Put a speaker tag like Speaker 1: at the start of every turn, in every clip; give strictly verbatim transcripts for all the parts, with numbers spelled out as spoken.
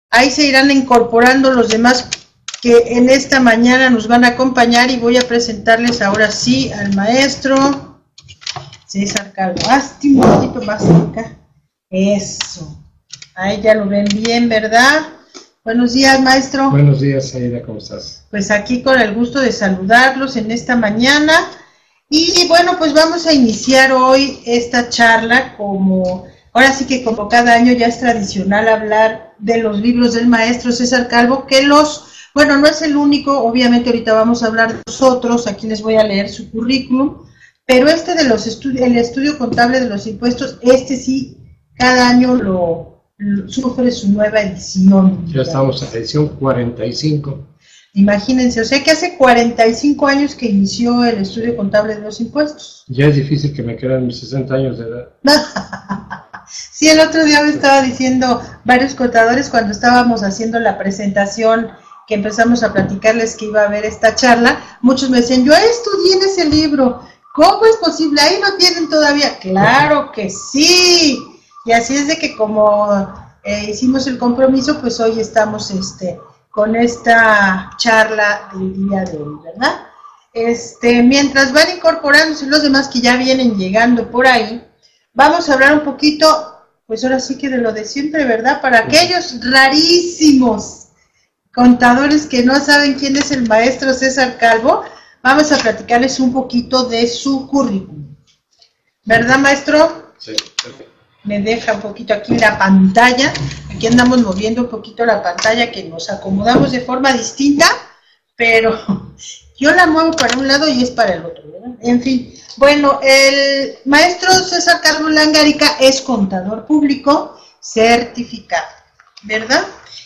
Speaker 1: ahí se irán incorporando los demás que en esta mañana nos van a acompañar y voy a presentarles ahora sí al maestro César Calvo. Hazte un poquito más acá. Eso. Ahí ya lo ven bien, ¿verdad? Buenos días, maestro.
Speaker 2: Buenos días, Aida, ¿cómo estás?
Speaker 1: Pues aquí con el gusto de saludarlos en esta mañana. Y bueno, pues vamos a iniciar hoy esta charla como, ahora sí que como cada año ya es tradicional hablar de los libros del maestro César Calvo, que los, bueno, no es el único, obviamente ahorita vamos a hablar de nosotros, aquí les voy a leer su currículum, pero este de los estudios, el estudio contable de los impuestos, este sí, cada año lo, lo sufre su nueva edición.
Speaker 2: Ya estamos en la edición cuarenta y cinco.
Speaker 1: Imagínense, o sea que hace cuarenta y cinco años que inició el estudio contable de los impuestos.
Speaker 2: Ya es difícil que me quedan mis sesenta años de edad.
Speaker 1: Sí, el otro día me estaba diciendo varios contadores cuando estábamos haciendo la presentación, que empezamos a platicarles que iba a haber esta charla, muchos me decían, yo estudié en ese libro, ¿cómo es posible? ¿Ahí lo tienen todavía? Claro que sí, y así es de que como eh, hicimos el compromiso, pues hoy estamos este... con esta charla del día de hoy, ¿verdad? Este, mientras van incorporándose los demás que ya vienen llegando por ahí, vamos a hablar un poquito, pues ahora sí que de lo de siempre, ¿verdad? Para aquellos rarísimos contadores que no saben quién es el maestro César Calvo, vamos a platicarles un poquito de su currículum. ¿Verdad, maestro?
Speaker 2: Sí, perfecto.
Speaker 1: Me deja un poquito aquí la pantalla, aquí andamos moviendo un poquito la pantalla que nos acomodamos de forma distinta, pero yo la muevo para un lado y es para el otro, ¿verdad? En fin, bueno, el maestro César Calvo Langarica es contador público certificado, ¿verdad?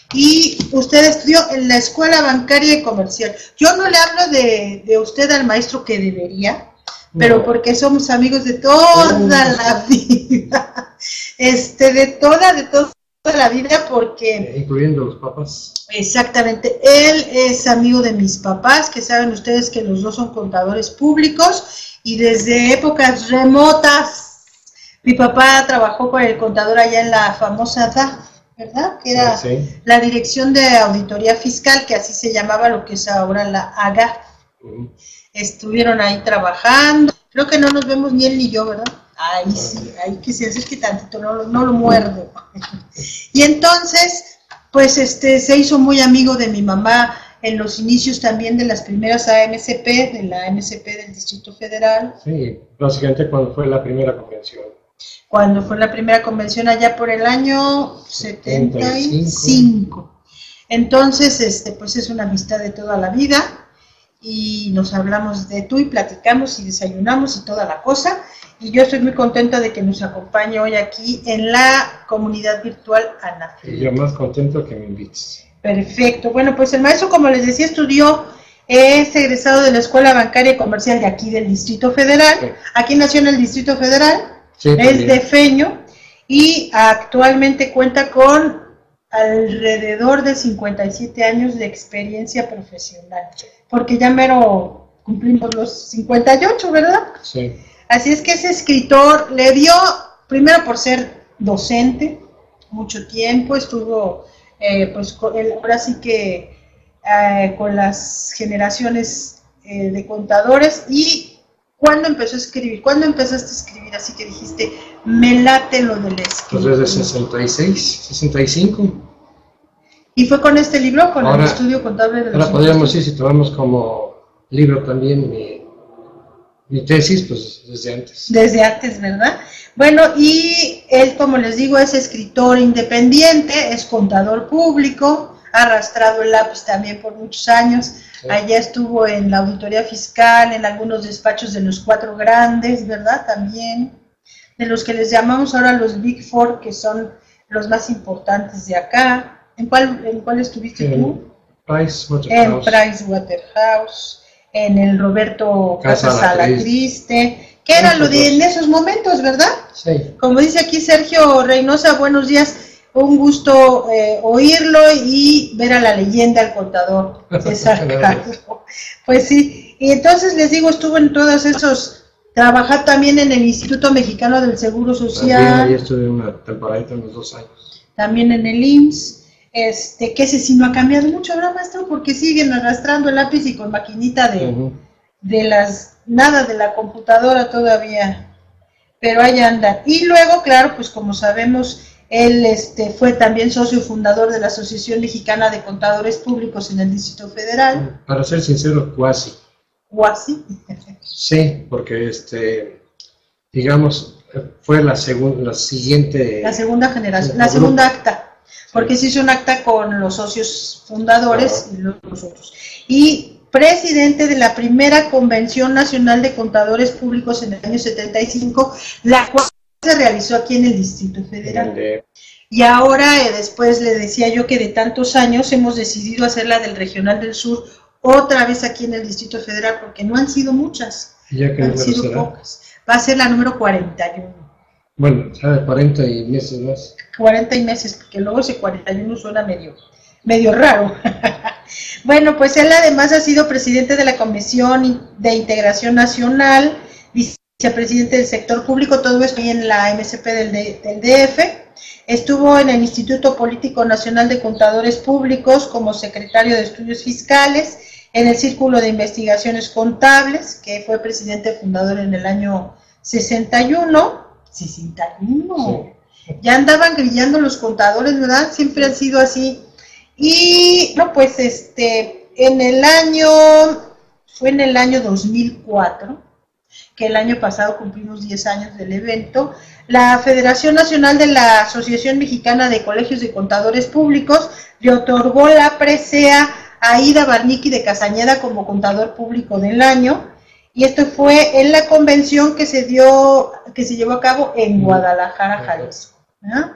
Speaker 1: Y usted estudió en la Escuela Bancaria y Comercial. Yo no le hablo de, de usted al maestro que debería, pero porque somos amigos de toda la vida, este, de toda, de toda la vida, porque...
Speaker 2: Incluyendo los papás.
Speaker 1: Exactamente, él es amigo de mis papás, que saben ustedes que los dos son contadores públicos, y desde épocas remotas, mi papá trabajó con el contador allá en la famosa D A F, ¿verdad? Que era sí, sí. La Dirección de Auditoría Fiscal, que así se llamaba lo que es ahora la A G A F. Uh-huh. Estuvieron ahí trabajando, creo que no nos vemos ni él ni yo, ¿verdad? Ay, sí, ay, que se acerque tantito, no, no lo muerdo. Y entonces, pues este, se hizo muy amigo de mi mamá en los inicios también de las primeras A M C P, de la A M C P del Distrito Federal.
Speaker 2: Sí, básicamente cuando fue la primera convención.
Speaker 1: Cuando fue la primera convención allá por el año setenta y cinco. Entonces, este, pues es una amistad de toda la vida. Y nos hablamos de tú y platicamos y desayunamos y toda la cosa, y yo estoy muy contenta de que nos acompañe hoy aquí en la comunidad virtual ANAFE.
Speaker 2: Y yo más contento que me invites.
Speaker 1: Perfecto, bueno, pues el maestro, como les decía, estudió, es egresado de la Escuela Bancaria y Comercial de aquí del Distrito Federal, sí. Aquí nació en el Distrito Federal, sí, es de Feño, y actualmente cuenta con alrededor de cincuenta y siete años de experiencia profesional, porque ya mero cumplimos los cincuenta y ocho, ¿verdad?
Speaker 2: Sí.
Speaker 1: Así es que ese escritor le dio, primero por ser docente, mucho tiempo, estuvo, eh, pues, con el, ahora sí que eh, con las generaciones eh, de contadores. ¿Y cuándo empezó a escribir? ¿Cuándo empezaste a escribir? Así que dijiste, me late lo del escritor.
Speaker 2: Pues desde sesenta y seis, sesenta y cinco.
Speaker 1: ¿Y fue con este libro, con
Speaker 2: ahora,
Speaker 1: el estudio contable de los
Speaker 2: Ahora podríamos decir, si tomamos como libro también mi, mi tesis, pues desde antes.
Speaker 1: Desde antes, ¿verdad? Bueno, y él, como les digo, es escritor independiente, es contador público, ha arrastrado el lápiz también por muchos años. Sí. Allá estuvo en la auditoría fiscal, en algunos despachos de los cuatro grandes, ¿verdad? También, de los que les llamamos ahora los Big Four, que son los más importantes de acá. ¿En cuál, en cuál estuviste
Speaker 2: en
Speaker 1: tú?
Speaker 2: Pricewaterhouse.
Speaker 1: En Pricewaterhouse, en el Roberto Casas Alatriste, que era lo de en esos momentos, ¿verdad?
Speaker 2: Sí.
Speaker 1: Como dice aquí Sergio Reynosa, buenos días, un gusto eh, oírlo y ver a la leyenda, al contador César Calvo. Pues sí, y entonces les digo, estuvo en todos esos, trabajó también en el Instituto Mexicano del Seguro Social.
Speaker 2: También ahí estuve una temporadita, unos dos años.
Speaker 1: También en el I M S S, este, que ese sí no ha cambiado mucho, ¿verdad, maestro? Porque siguen arrastrando el lápiz y con maquinita de, uh-huh. de las, nada de la computadora todavía, pero ahí andan. Y luego, claro, pues como sabemos, él este, fue también socio fundador de la Asociación Mexicana de Contadores Públicos en el Distrito Federal.
Speaker 2: Para ser sincero, cuasi.
Speaker 1: ¿Cuasi?
Speaker 2: Sí, porque, este, digamos, fue la, segun, la siguiente...
Speaker 1: La segunda generación, la segunda acta. Porque se hizo un acta con los socios fundadores y los otros. Y presidente de la primera Convención Nacional de Contadores Públicos en el año setenta y cinco, la cual se realizó aquí en el Distrito Federal. De... Y ahora, eh, después le decía yo que de tantos años hemos decidido hacer la del Regional del Sur otra vez aquí en el Distrito Federal, porque no han sido muchas,
Speaker 2: ¿Ya que
Speaker 1: han sido
Speaker 2: será?
Speaker 1: pocas. Va a ser la número cuarenta y uno.
Speaker 2: Bueno, sabe, cuarenta y meses más.
Speaker 1: cuarenta y meses, porque luego ese cuarenta y uno suena medio, medio raro. Bueno, pues él además ha sido presidente de la Comisión de Integración Nacional, vicepresidente del sector público, todo esto en la M S P del, del D F. Estuvo en el Instituto Político Nacional de Contadores Públicos como secretario de Estudios Fiscales, en el Círculo de Investigaciones Contables, que fue presidente fundador en el año sesenta y uno. sesenta y uno. Sí. Ya andaban grillando los contadores, ¿verdad? Siempre han sido así. Y, no, pues, este, en el año, fue en el año dos mil cuatro, que el año pasado cumplimos diez años del evento, la Federación Nacional de la Asociación Mexicana de Colegios de Contadores Públicos le otorgó la presea a Ida Barniqui de Castañeda como contador público del año. Y esto fue en la convención que se dio, que se llevó a cabo en Guadalajara, Jalisco. ¿No?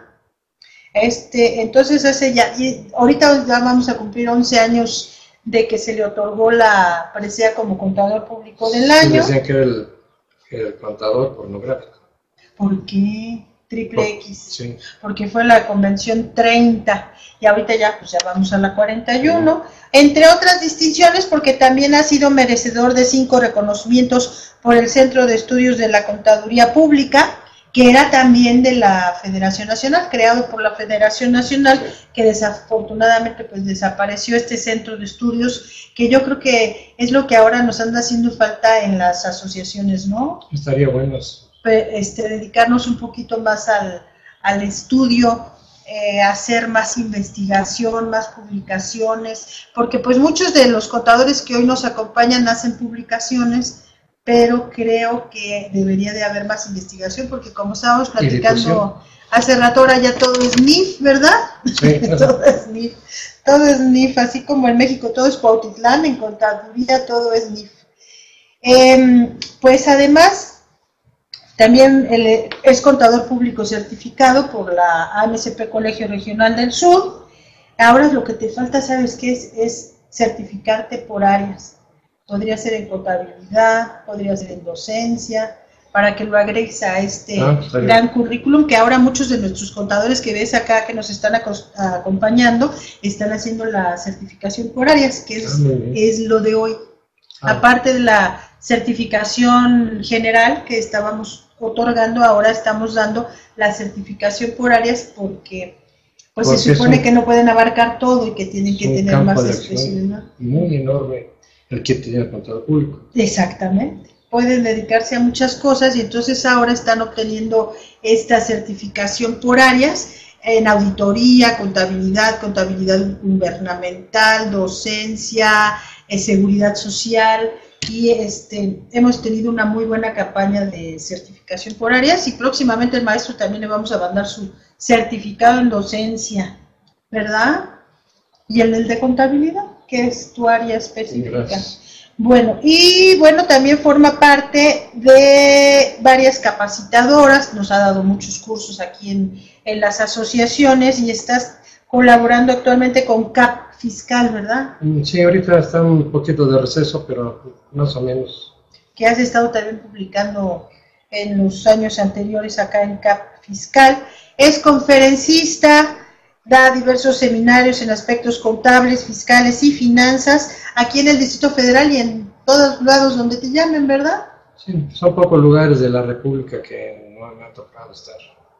Speaker 1: Este, entonces hace ya, y ahorita ya vamos a cumplir once años de que se le otorgó la presea como contador público del año.
Speaker 2: Sí, decían que era el, el contador pornográfico.
Speaker 1: ¿Por qué? Triple
Speaker 2: Por,
Speaker 1: X.
Speaker 2: Sí.
Speaker 1: Porque fue la convención treinta y ahorita ya, pues ya vamos a la cuarenta y uno. Sí. Entre otras distinciones, porque también ha sido merecedor de cinco reconocimientos por el Centro de Estudios de la Contaduría Pública, que era también de la Federación Nacional, creado por la Federación Nacional, que desafortunadamente pues desapareció este centro de estudios, que yo creo que es lo que ahora nos anda haciendo falta en las asociaciones, ¿no?
Speaker 2: Estaría bueno eso.
Speaker 1: Este, dedicarnos un poquito más al, al estudio, eh, hacer más investigación, más publicaciones, porque pues muchos de los contadores que hoy nos acompañan hacen publicaciones, pero creo que debería de haber más investigación, porque como estábamos platicando hace rato, ahora ya todo es N I F, ¿verdad?
Speaker 2: Sí, claro.
Speaker 1: Todo es N I F, todo es N I F, así como en México todo es Cuautitlán, en contaduría todo es N I F. Eh, pues además, también él es contador público certificado por la A M C P Colegio Regional del Sur. Ahora lo que te falta, ¿sabes qué es? Es certificarte por áreas. Podría ser en contabilidad, podría ser en docencia, para que lo agregues a este ah, gran currículum, que ahora muchos de nuestros contadores que ves acá, que nos están acompañando, están haciendo la certificación por áreas, que es, ah, es lo de hoy. Ah. Aparte de la certificación general que estábamos otorgando, ahora estamos dando la certificación por áreas, porque pues porque se supone un, que no pueden abarcar todo y que tienen que tener más especialidad.
Speaker 2: Muy enorme el que tiene el contador público.
Speaker 1: Exactamente. Pueden dedicarse a muchas cosas y entonces ahora están obteniendo esta certificación por áreas en auditoría, contabilidad, contabilidad gubernamental, docencia, eh, seguridad social, y este, hemos tenido una muy buena campaña de certificación por áreas, y próximamente el maestro también le vamos a mandar su certificado en docencia, ¿verdad? Y el, el de contabilidad, que es tu área específica. Gracias. Bueno, y bueno, también forma parte de varias capacitadoras, nos ha dado muchos cursos aquí en, en las asociaciones, y estás colaborando actualmente con C A P Fiscal, ¿verdad?
Speaker 2: Sí, ahorita está un poquito de receso, pero más o menos.
Speaker 1: Que has estado también publicando en los años anteriores acá en C A P Fiscal. Es conferencista, da diversos seminarios en aspectos contables, fiscales y finanzas, aquí en el Distrito Federal y en todos lados donde te llamen, ¿verdad?
Speaker 2: Sí, son pocos lugares de la República que no me ha tocado estar.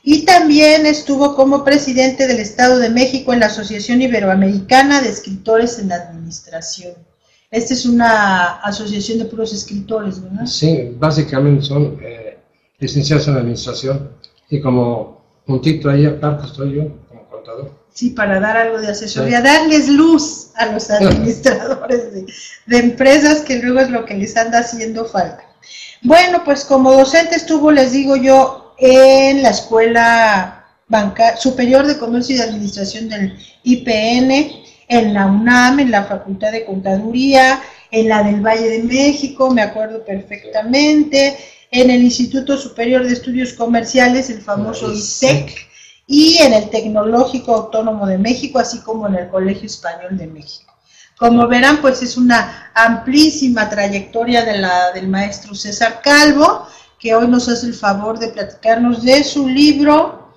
Speaker 1: y también estuvo como presidente del Estado de México en la Asociación Iberoamericana de Escritores en Administración. Esta es una asociación de puros escritores, ¿verdad?
Speaker 2: Sí, básicamente son eh, licenciados en Administración, y como puntito ahí aparte estoy yo como contador.
Speaker 1: Sí, para dar algo de asesoría, sí. Darles luz a los administradores de, de empresas, que luego es lo que les anda haciendo falta. Bueno, pues como docente estuvo, les digo yo, en la Escuela Banca Superior de Comercio y de Administración del I P N, en la UNAM, en la Facultad de Contaduría, en la del Valle de México, me acuerdo perfectamente, en el Instituto Superior de Estudios Comerciales, el famoso I S E C, y en el Tecnológico Autónomo de México, así como en el Colegio Español de México. Como verán, pues es una amplísima trayectoria de la, del maestro César Calvo, que hoy nos hace el favor de platicarnos de su libro,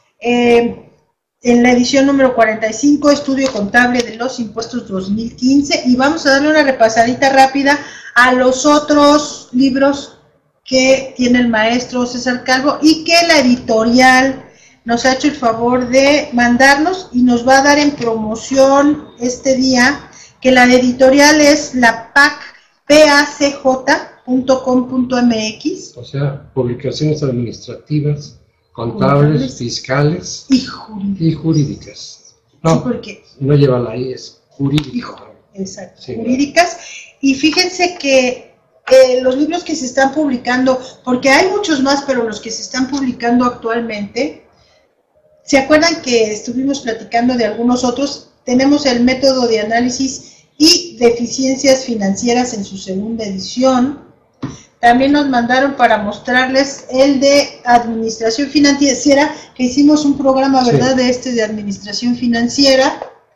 Speaker 1: eh, en la edición número cuarenta y cinco, Estudio Contable de los Impuestos dos mil quince, y vamos a darle una repasadita rápida a los otros libros que tiene el maestro César Calvo y que la editorial nos ha hecho el favor de mandarnos y nos va a dar en promoción este día, que la editorial es la P A C, P A C J punto com punto M X.
Speaker 2: O sea, publicaciones administrativas, contables, contables fiscales
Speaker 1: y jurídicas. Y
Speaker 2: jurídicas. No,
Speaker 1: sí, porque
Speaker 2: no lleva la I, es jurídica.
Speaker 1: Exacto, sí, jurídicas. Y fíjense que eh, los libros que se están publicando, porque hay muchos más, pero los que se están publicando actualmente, ¿se acuerdan que estuvimos platicando de algunos otros? Tenemos el método de análisis y deficiencias financieras en su segunda edición. También nos mandaron para mostrarles el de administración financiera, que hicimos un programa, ¿verdad?, sí, de este de administración financiera.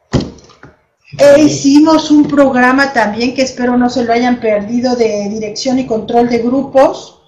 Speaker 1: E hicimos un programa también, que espero no se lo hayan perdido, de dirección y control de grupos.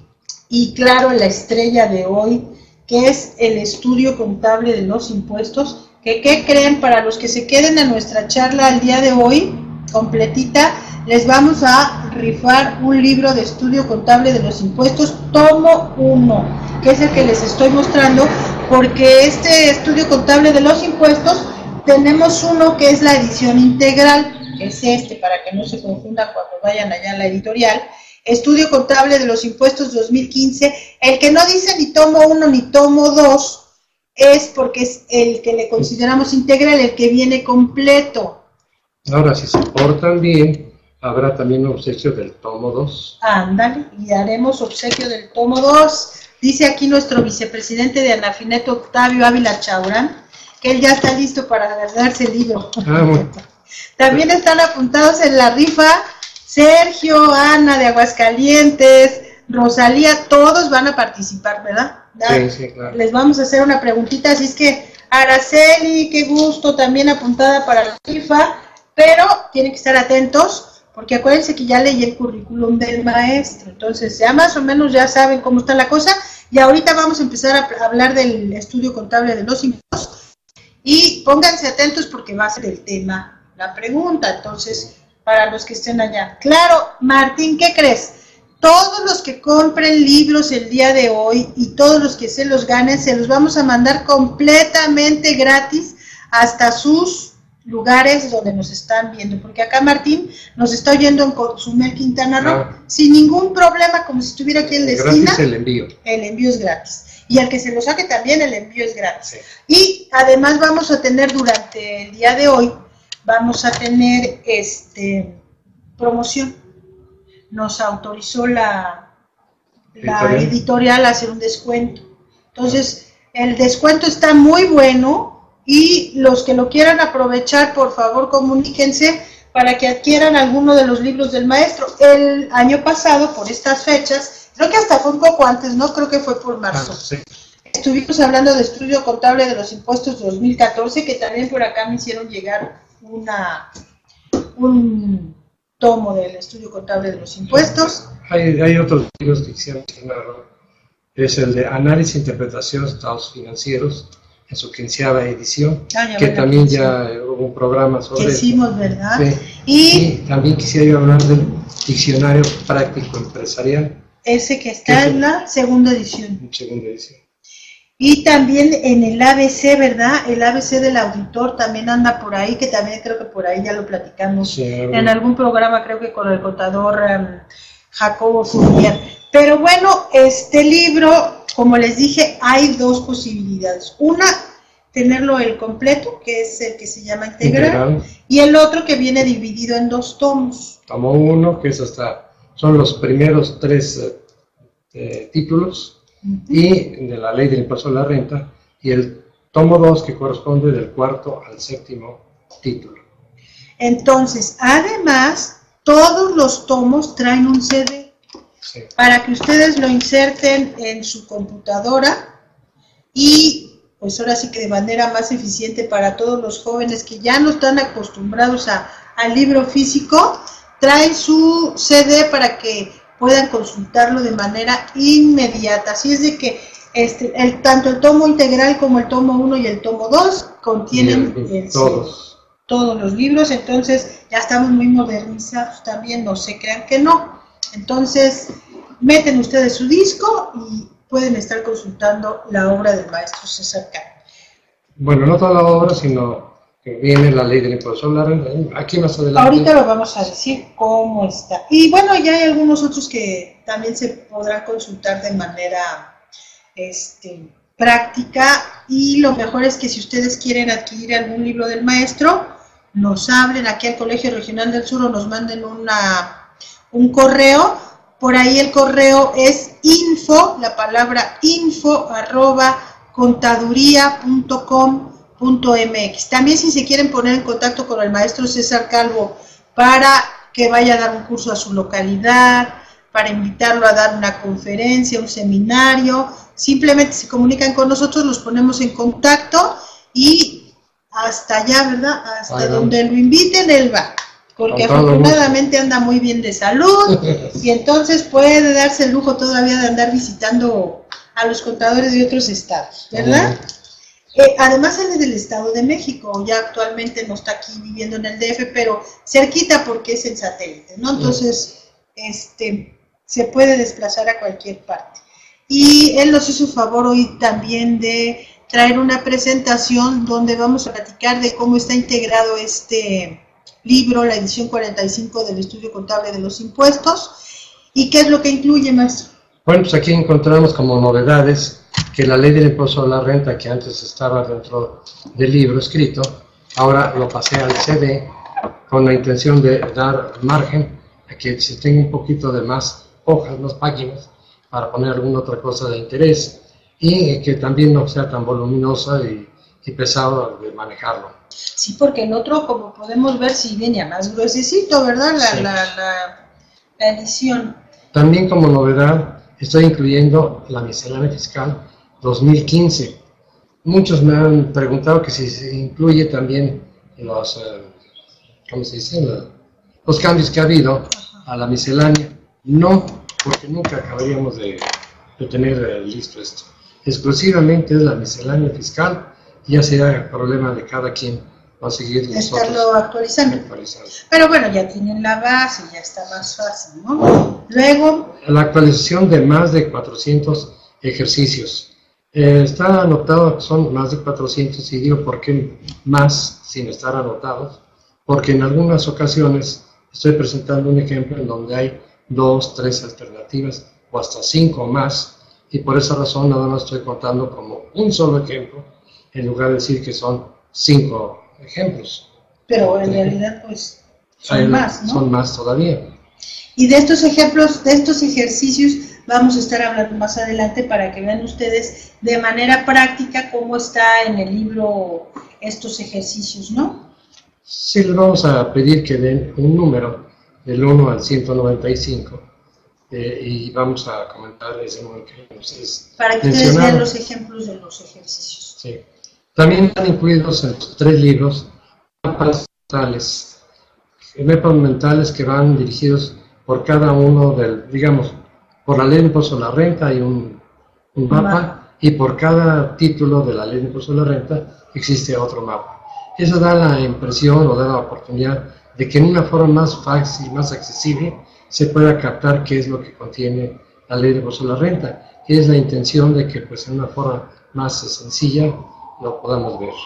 Speaker 1: Y claro, la estrella de hoy, que es el estudio contable de los impuestos, que ¿qué creen? Para los que se queden a nuestra charla al día de hoy, completita, les vamos a rifar un libro de estudio contable de los impuestos, tomo uno, que es el que les estoy mostrando, porque este estudio contable de los impuestos, tenemos uno que es la edición integral, que es este, para que no se confunda cuando vayan allá a la editorial, Estudio Contable de los Impuestos dos mil quince, el que no dice ni tomo uno ni tomo dos, es porque es el que le consideramos integral, el que viene completo.
Speaker 2: Ahora, si se portan bien, habrá también un obsequio del tomo dos.
Speaker 1: Ándale, y haremos obsequio del tomo dos. Dice aquí nuestro vicepresidente de Anafinet, Octavio Ávila Chaurán, que él ya está listo para darse el libro.
Speaker 2: Ah, bueno.
Speaker 1: También están apuntados en la rifa Sergio, Ana de Aguascalientes, Rosalía, todos van a participar, ¿verdad?
Speaker 2: Sí, sí, claro.
Speaker 1: Les vamos a hacer una preguntita, así es que Araceli, qué gusto, también apuntada para la rifa, pero tienen que estar atentos, porque acuérdense que ya leí el currículum del maestro, entonces ya más o menos ya saben cómo está la cosa, y ahorita vamos a empezar a hablar del estudio contable de los impuestos, y pónganse atentos porque va a ser el tema, la pregunta, entonces, para los que estén allá. Claro, Martín, ¿qué crees? Todos los que compren libros el día de hoy y todos los que se los ganen, se los vamos a mandar completamente gratis hasta sus lugares donde nos están viendo, porque acá Martín nos está oyendo en Cozumel, Quintana Roo, ah, sin ningún problema, como si estuviera aquí en la esquina.
Speaker 2: Gratis el envío.
Speaker 1: El envío es gratis. Y al que se lo saque también el envío es gratis. Sí. Y además vamos a tener durante el día de hoy, vamos a tener este promoción. Nos autorizó la, la editorial. editorial a hacer un descuento. Entonces, el descuento está muy bueno y los que lo quieran aprovechar, por favor, comuníquense para que adquieran alguno de los libros del maestro. El año pasado, por estas fechas, creo que hasta fue un poco antes, ¿no? Creo que fue por marzo. Ah, sí. Estuvimos hablando de estudio contable de los impuestos dos mil catorce, que también por acá me hicieron llegar una un tomo del estudio contable de los impuestos.
Speaker 2: Hay, hay otros libros que quisiera mencionar, ¿no? Es el de Análisis e Interpretación de Estados Financieros, en su quinceava edición, ah, que también ya hubo un programa sobre
Speaker 1: que hicimos, eso. ¿Verdad?
Speaker 2: Sí. Y, y también quisiera yo hablar del Diccionario Práctico Empresarial.
Speaker 1: Ese que está que en la segunda edición.
Speaker 2: Segunda edición.
Speaker 1: Y también en el A B C, ¿verdad? El A B C del auditor también anda por ahí, que también creo que por ahí ya lo platicamos sí, en algún programa, creo que con el contador um, Jacobo Fournier. Pero bueno, este libro, como les dije, hay dos posibilidades. Una, tenerlo el completo, que es el que se llama integral, integral. Y el otro que viene dividido en dos tomos.
Speaker 2: Tomo uno, que es hasta, son los primeros tres eh, eh, títulos, uh-huh. Y de la ley del impuesto a la renta, y el tomo dos, que corresponde del cuarto al séptimo título.
Speaker 1: Entonces, además, todos los tomos traen un C D, sí. Para que ustedes lo inserten en su computadora y pues ahora sí que de manera más eficiente para todos los jóvenes que ya no están acostumbrados a, al libro físico, traen su C D para que puedan consultarlo de manera inmediata. Así es de que este, el, tanto el tomo integral como el tomo uno y el tomo dos contienen
Speaker 2: bien, el todos.
Speaker 1: todos los libros, entonces ya estamos muy modernizados también, no se crean que no. Entonces, meten ustedes su disco y pueden estar consultando la obra del maestro César Cano.
Speaker 2: Bueno, no toda la obra, sino que viene la ley del impuesto a la renta, aquí más adelante.
Speaker 1: Ahorita lo vamos a decir cómo está. Y bueno, ya hay algunos otros que también se podrán consultar de manera este, práctica, y lo mejor es que si ustedes quieren adquirir algún libro del maestro, nos hablen aquí al Colegio Regional del Sur o nos manden una, un correo. Por ahí el correo es info, la palabra info, arroba contaduría punto com punto m x. También si se quieren poner en contacto con el maestro César Calvo para que vaya a dar un curso a su localidad, para invitarlo a dar una conferencia, un seminario, simplemente se comunican con nosotros, los ponemos en contacto y hasta allá, ¿verdad? Hasta Ay, donde lo inviten, él va. Porque afortunadamente anda muy bien de salud y entonces puede darse el lujo todavía de andar visitando a los contadores de otros estados, ¿verdad? Eh, además él es del Estado de México, ya actualmente no está aquí viviendo en el D F, pero cerquita porque es en satélite, ¿no? Entonces, este, se puede desplazar a cualquier parte. Y él nos hizo favor hoy también de traer una presentación donde vamos a platicar de cómo está integrado este libro, la edición cuarenta y cinco del Estudio Contable de los Impuestos, y qué es lo que incluye, maestro.
Speaker 2: Bueno, pues aquí encontramos como novedades que la ley del impuesto a la renta, que antes estaba dentro del libro escrito, ahora lo pasé al C D con la intención de dar margen a que se tenga un poquito de más hojas, más páginas, para poner alguna otra cosa de interés, y que también no sea tan voluminosa y, y pesado de manejarlo.
Speaker 1: Sí, porque el otro, como podemos ver, sí viene a más gruesecito, ¿verdad? La, sí. la, la, la edición.
Speaker 2: También como novedad estoy incluyendo la miscelánea fiscal dos mil quince. Muchos me han preguntado que si se incluye también los, eh, ¿cómo se dice? Los cambios que ha habido a la miscelánea. No, porque nunca acabaríamos de, de tener eh, listo esto. Exclusivamente es la miscelánea fiscal, ya será problema de cada quien. Va a seguir
Speaker 1: estarlo actualizando. actualizando. Pero bueno, ya tienen la base, ya está más fácil, ¿no? Luego...
Speaker 2: La actualización de más de cuatrocientos ejercicios. Eh, está anotado que son más de cuatrocientos, y digo por qué más sin estar anotados, porque en algunas ocasiones estoy presentando un ejemplo en donde hay dos, tres alternativas o hasta cinco más, y por esa razón nada más estoy contando como un solo ejemplo, en lugar de decir que son cinco ejemplos.
Speaker 1: Pero en realidad pues son Hay, más, ¿no?
Speaker 2: Son más todavía.
Speaker 1: Y de estos ejemplos, de estos ejercicios, vamos a estar hablando más adelante para que vean ustedes de manera práctica cómo está en el libro estos ejercicios, ¿no?
Speaker 2: Sí, les vamos a pedir que den un número del uno al ciento noventa y cinco eh, y vamos a comentar ese número que ustedes
Speaker 1: para que ustedes vean los ejemplos de los ejercicios.
Speaker 2: Sí. También están incluidos en los tres libros mapas mentales, mapas mentales que van dirigidos por cada uno del, digamos, por la ley de impuesto a la renta hay un, un mapa, y por cada título de la ley de impuesto a la renta existe otro mapa. Eso da la impresión o da la oportunidad de que en una forma más fácil, más accesible, se pueda captar qué es lo que contiene la ley de impuesto a la renta. es la intención de que pues en una forma más sencilla lo podamos ver.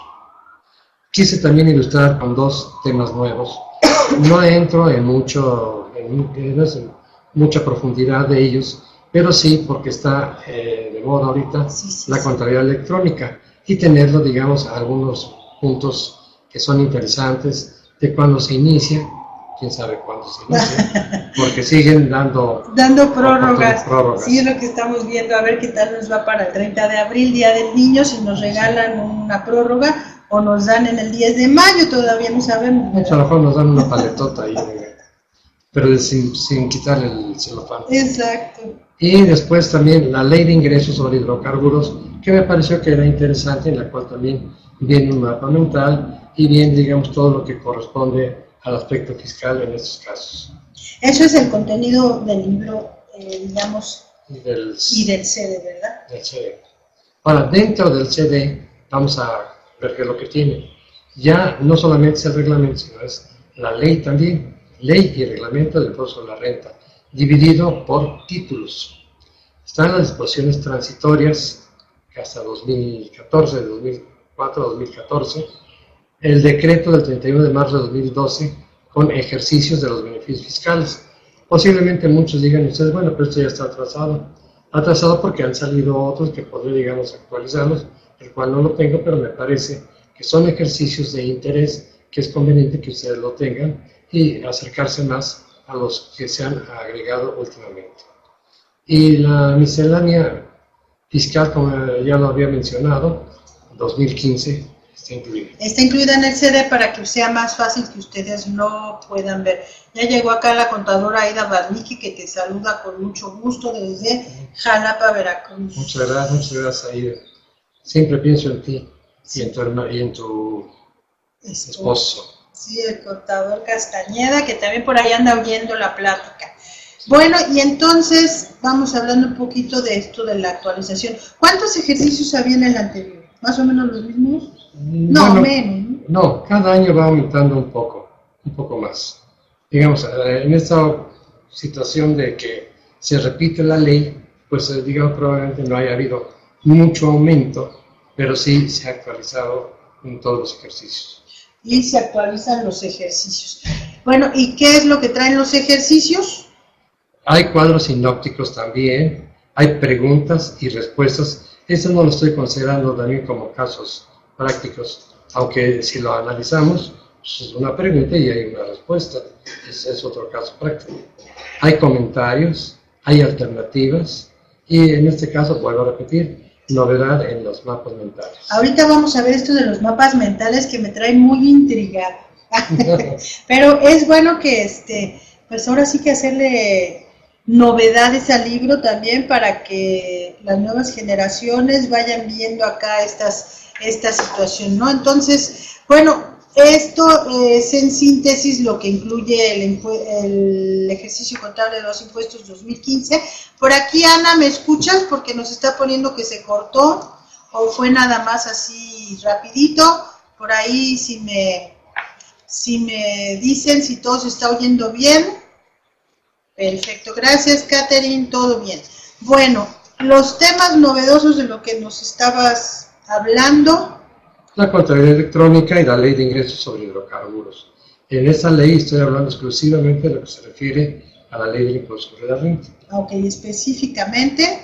Speaker 2: Quise también ilustrar con dos temas nuevos. No entro en, mucho, en, en mucha profundidad de ellos, pero sí porque está eh, de moda ahorita sí, sí, la contabilidad sí. electrónica y tenerlo, digamos, algunos puntos que son interesantes de cuando se inicia, quién sabe cuándo se inicia, porque siguen dando,
Speaker 1: dando prórrogas. prórrogas. Sí, es lo que estamos viendo, a ver qué tal nos va para el treinta de abril, Día del Niño, si nos regalan una prórroga o nos dan en el diez de mayo, todavía no sabemos.
Speaker 2: ¿verdad? A lo mejor nos dan una paletota ahí, pero sin, sin quitar el celofán.
Speaker 1: Exacto.
Speaker 2: Y después también la ley de ingresos sobre hidrocarburos, que me pareció que era interesante, en la cual también viene un mapa mental y bien, digamos, todo lo que corresponde al aspecto fiscal en estos casos.
Speaker 1: Eso es el contenido del libro, eh, digamos,
Speaker 2: y del,
Speaker 1: y del C D, ¿verdad?
Speaker 2: Del C D. Ahora, dentro del C D, vamos a ver qué es lo que tiene. Ya no solamente es el reglamento, sino es la ley también, ley y reglamento del impuesto sobre la renta, dividido por títulos. Están las disposiciones transitorias, que hasta dos mil catorce, dos mil cuatro, dos mil catorce, el decreto del treinta y uno de marzo de dos mil doce, con ejercicios de los beneficios fiscales. Posiblemente muchos digan ustedes, bueno, pero esto ya está atrasado. Atrasado porque han salido otros que podría, digamos, actualizarlos, el cual no lo tengo, pero me parece que son ejercicios de interés que es conveniente que ustedes lo tengan y acercarse más a los que se han agregado últimamente. Y la miscelánea fiscal, como ya lo había mencionado, dos mil quince, está incluida.
Speaker 1: Está incluida en el C D para que sea más fácil que ustedes lo puedan ver. Ya llegó acá la contadora Aida Badniki, que te saluda con mucho gusto desde Jalapa, Veracruz.
Speaker 2: Muchas gracias, muchas gracias, Aida. Siempre pienso en ti y en tu, herma, y en tu esposo.
Speaker 1: Sí, el contador Castañeda, que también por ahí anda oyendo la plática. Bueno, y entonces vamos hablando un poquito de esto de la actualización. ¿Cuántos ejercicios había en el anterior? ¿Más o menos los mismos? No,
Speaker 2: bueno,
Speaker 1: menos. ¿no?
Speaker 2: No, cada año va aumentando un poco, un poco más. Digamos, en esta situación de que se repite la ley, pues digamos probablemente no haya habido mucho aumento, pero sí se ha actualizado en todos los ejercicios.
Speaker 1: Y se actualizan los ejercicios. Bueno, ¿y qué es lo que traen los ejercicios?
Speaker 2: Hay cuadros sinópticos también, hay preguntas y respuestas. Eso no lo estoy considerando también como casos prácticos, aunque si lo analizamos, pues es una pregunta y hay una respuesta. Ese es otro caso práctico. Hay comentarios, hay alternativas y en este caso, vuelvo a repetir, novedad en los mapas mentales.
Speaker 1: Ahorita vamos a ver esto de los mapas mentales que me trae muy intrigado. Pero es bueno que, este, pues ahora sí que hacerle novedades al libro también para que las nuevas generaciones vayan viendo acá estas, esta situación, ¿no? Entonces, bueno, esto es en síntesis lo que incluye el, el ejercicio contable de los impuestos dos mil quince. Por aquí, Ana, ¿me escuchas? Porque nos está poniendo que se cortó o fue nada más así rapidito. Por ahí, si me, si me dicen si todo se está oyendo bien. Perfecto, gracias, Catherine, todo bien. Bueno, los temas novedosos de lo que nos estabas hablando.
Speaker 2: La contabilidad electrónica y la ley de ingresos sobre hidrocarburos. En esa ley estoy hablando exclusivamente de lo que se refiere a la ley del impuesto sobre la renta.
Speaker 1: Ok, específicamente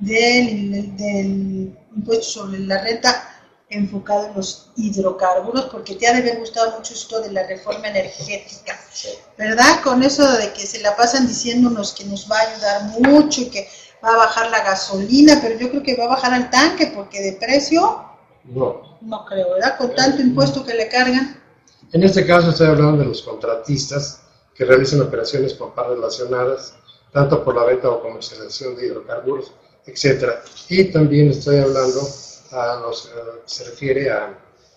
Speaker 1: del, del impuesto sobre la renta enfocado en los hidrocarburos, porque te ha de haber gustado mucho esto de la reforma energética, sí. ¿Verdad? Con eso de que se la pasan diciéndonos que nos va a ayudar mucho y que va a bajar la gasolina, pero yo creo que va a bajar al tanque, porque de precio...
Speaker 2: No.
Speaker 1: No creo, ¿verdad? Con tanto impuesto que le cargan.
Speaker 2: En este caso estoy hablando de los contratistas que realizan operaciones con par relacionadas, tanto por la venta o comercialización de hidrocarburos, etcétera. Y también estoy hablando a los, uh, se refiere a,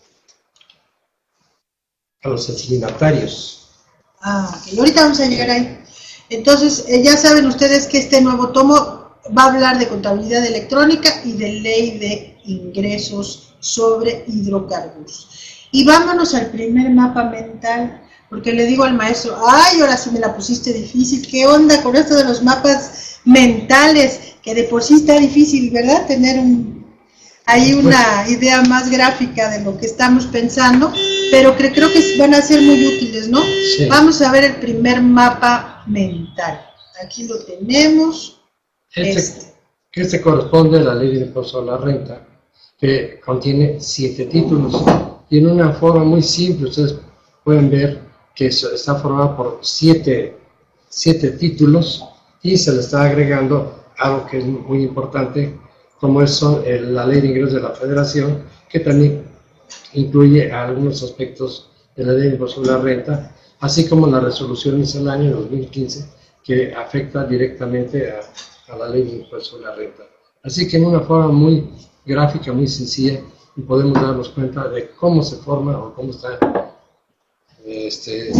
Speaker 2: a los destinatarios.
Speaker 1: Ah, ok. Ahorita vamos a llegar ahí. Entonces, eh, ya saben ustedes que este nuevo tomo va a hablar de contabilidad electrónica y de ley de ingresos sobre hidrocarburos. Y vámonos al primer mapa mental, porque le digo al maestro, ay, ahora sí me la pusiste difícil, ¿qué onda con esto de los mapas mentales? Que de por sí está difícil, ¿verdad? Tener un, hay una idea más gráfica de lo que estamos pensando, pero que creo que van a ser muy útiles, ¿no? Sí. Vamos a ver el primer mapa mental. Aquí lo tenemos.
Speaker 2: Este, este. este corresponde a la ley del impuesto a la renta, que contiene siete títulos. Y en una forma muy simple, ustedes pueden ver que está formada por siete, siete títulos y se le está agregando algo que es muy importante, como es son, el, la ley de ingresos de la federación, que también incluye algunos aspectos de la ley de impuesto a la renta, así como la resolución miscelánea de dos mil quince, que afecta directamente a, a la ley de impuesto a la renta. Así que en una forma muy gráfica, muy sencilla, podemos darnos cuenta de cómo se forma o cómo está este,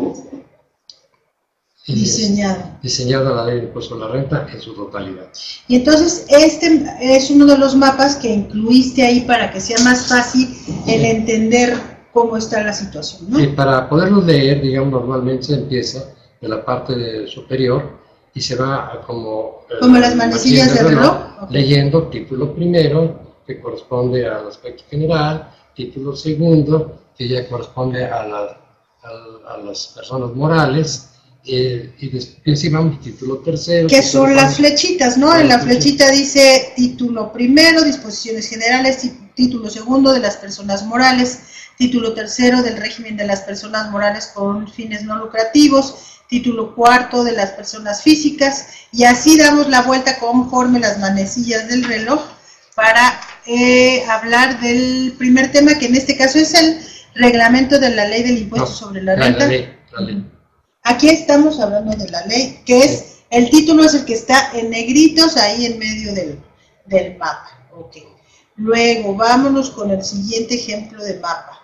Speaker 1: diseñada.
Speaker 2: diseñada la ley de impuesto a la renta en su totalidad.
Speaker 1: Y entonces este es uno de los mapas que incluiste ahí para que sea más fácil el entender cómo está la situación, ¿no?
Speaker 2: Y para poderlo leer, digamos, normalmente se empieza de la parte de superior y se va como...
Speaker 1: Como las manecillas de reloj.
Speaker 2: Okay. Leyendo título primero, que corresponde al aspecto general, título segundo, que ya corresponde a, la, a, a las personas morales, eh, y después vamos título tercero.
Speaker 1: Que son las flechitas, ¿no? En la flechita dice título primero, disposiciones generales, título segundo de las personas morales, título tercero del régimen de las personas morales con fines no lucrativos, título cuarto de las personas físicas, y así damos la vuelta conforme las manecillas del reloj para eh, hablar del primer tema, que en este caso es el reglamento de la ley del impuesto no, sobre la renta.
Speaker 2: La ley, la ley.
Speaker 1: Aquí estamos hablando de la ley, que es, sí. El título es el que está en negritos ahí en medio del, del mapa. Okay. Luego, vámonos con el siguiente ejemplo de mapa.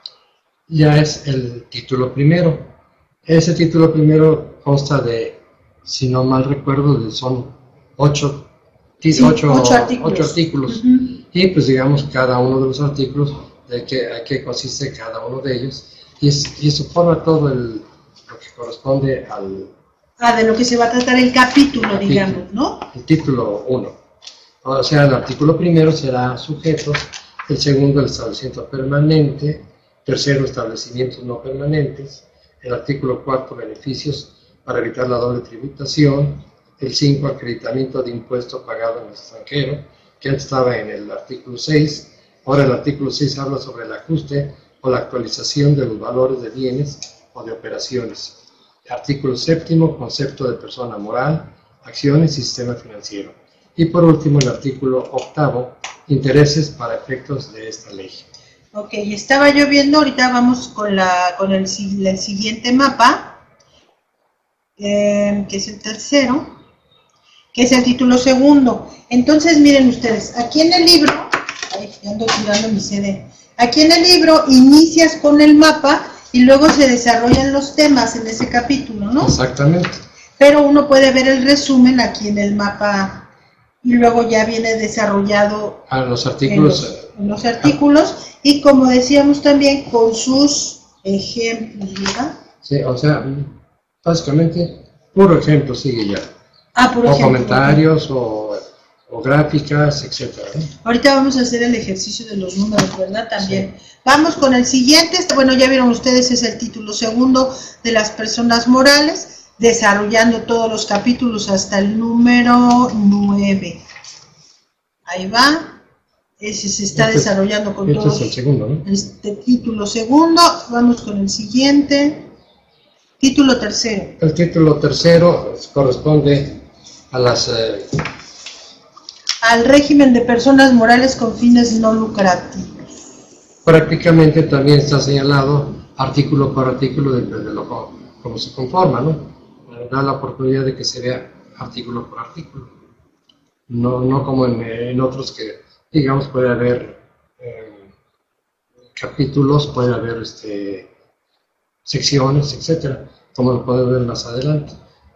Speaker 2: Ya es el título primero. Ese título primero consta de, si no mal recuerdo, son ocho,
Speaker 1: sí,
Speaker 2: ocho,
Speaker 1: ocho artículos.
Speaker 2: Ocho artículos. Uh-huh. Y pues digamos cada uno de los artículos, de qué, a qué consiste cada uno de ellos. Y, es, y eso forma todo el, lo que corresponde al...
Speaker 1: Ah, de lo que se va a tratar el capítulo, capítulo digamos, ¿no?
Speaker 2: El título uno. O sea, el artículo primero será sujetos, el segundo el establecimiento permanente, tercero establecimientos no permanentes, el artículo cuatro beneficios para evitar la doble tributación, el cinco acreditamiento de impuesto pagado en el extranjero, que antes estaba en el artículo seis, ahora el artículo seis habla sobre el ajuste o la actualización de los valores de bienes o de operaciones. Artículo séptimo, concepto de persona moral, acciones y sistema financiero. Y por último, el artículo octavo, intereses para efectos de esta ley.
Speaker 1: Ok, estaba yo viendo, ahorita vamos con, la, con el, el siguiente mapa, eh, que es el tercero, que es el título segundo. Entonces, miren ustedes, aquí en el libro, ay, ando tirando mi C D, aquí en el libro inicias con el mapa y luego se desarrollan los temas en ese capítulo, ¿no?
Speaker 2: Exactamente.
Speaker 1: Pero uno puede ver el resumen aquí en el mapa y luego ya viene desarrollado
Speaker 2: a los artículos,
Speaker 1: en los, en los artículos y como decíamos también con sus ejemplos, ¿verdad?
Speaker 2: Sí, o sea, básicamente puro ejemplo sigue ya.
Speaker 1: Ah, puro
Speaker 2: o
Speaker 1: ejemplo.
Speaker 2: Comentarios o, o gráficas, etcétera, ¿no?
Speaker 1: Ahorita vamos a hacer el ejercicio de los números, ¿verdad? También. Sí. Vamos con el siguiente. Bueno, ya vieron ustedes, es el título segundo de las personas morales, desarrollando todos los capítulos hasta el número nueve. Ahí va. Ese se está
Speaker 2: este
Speaker 1: desarrollando con
Speaker 2: este
Speaker 1: todos.
Speaker 2: Este es el segundo, ¿no?
Speaker 1: Este título segundo. Vamos con el siguiente. Título tercero.
Speaker 2: El título tercero corresponde a las... Eh...
Speaker 1: al régimen de personas morales con fines no lucrativos.
Speaker 2: Prácticamente también está señalado artículo por artículo de, de lo cómo se conforma, ¿no? Da la oportunidad de que se vea artículo por artículo. No, no como en, en otros que, digamos, puede haber eh, capítulos, puede haber este, secciones, etcétera, como lo pueden ver más adelante.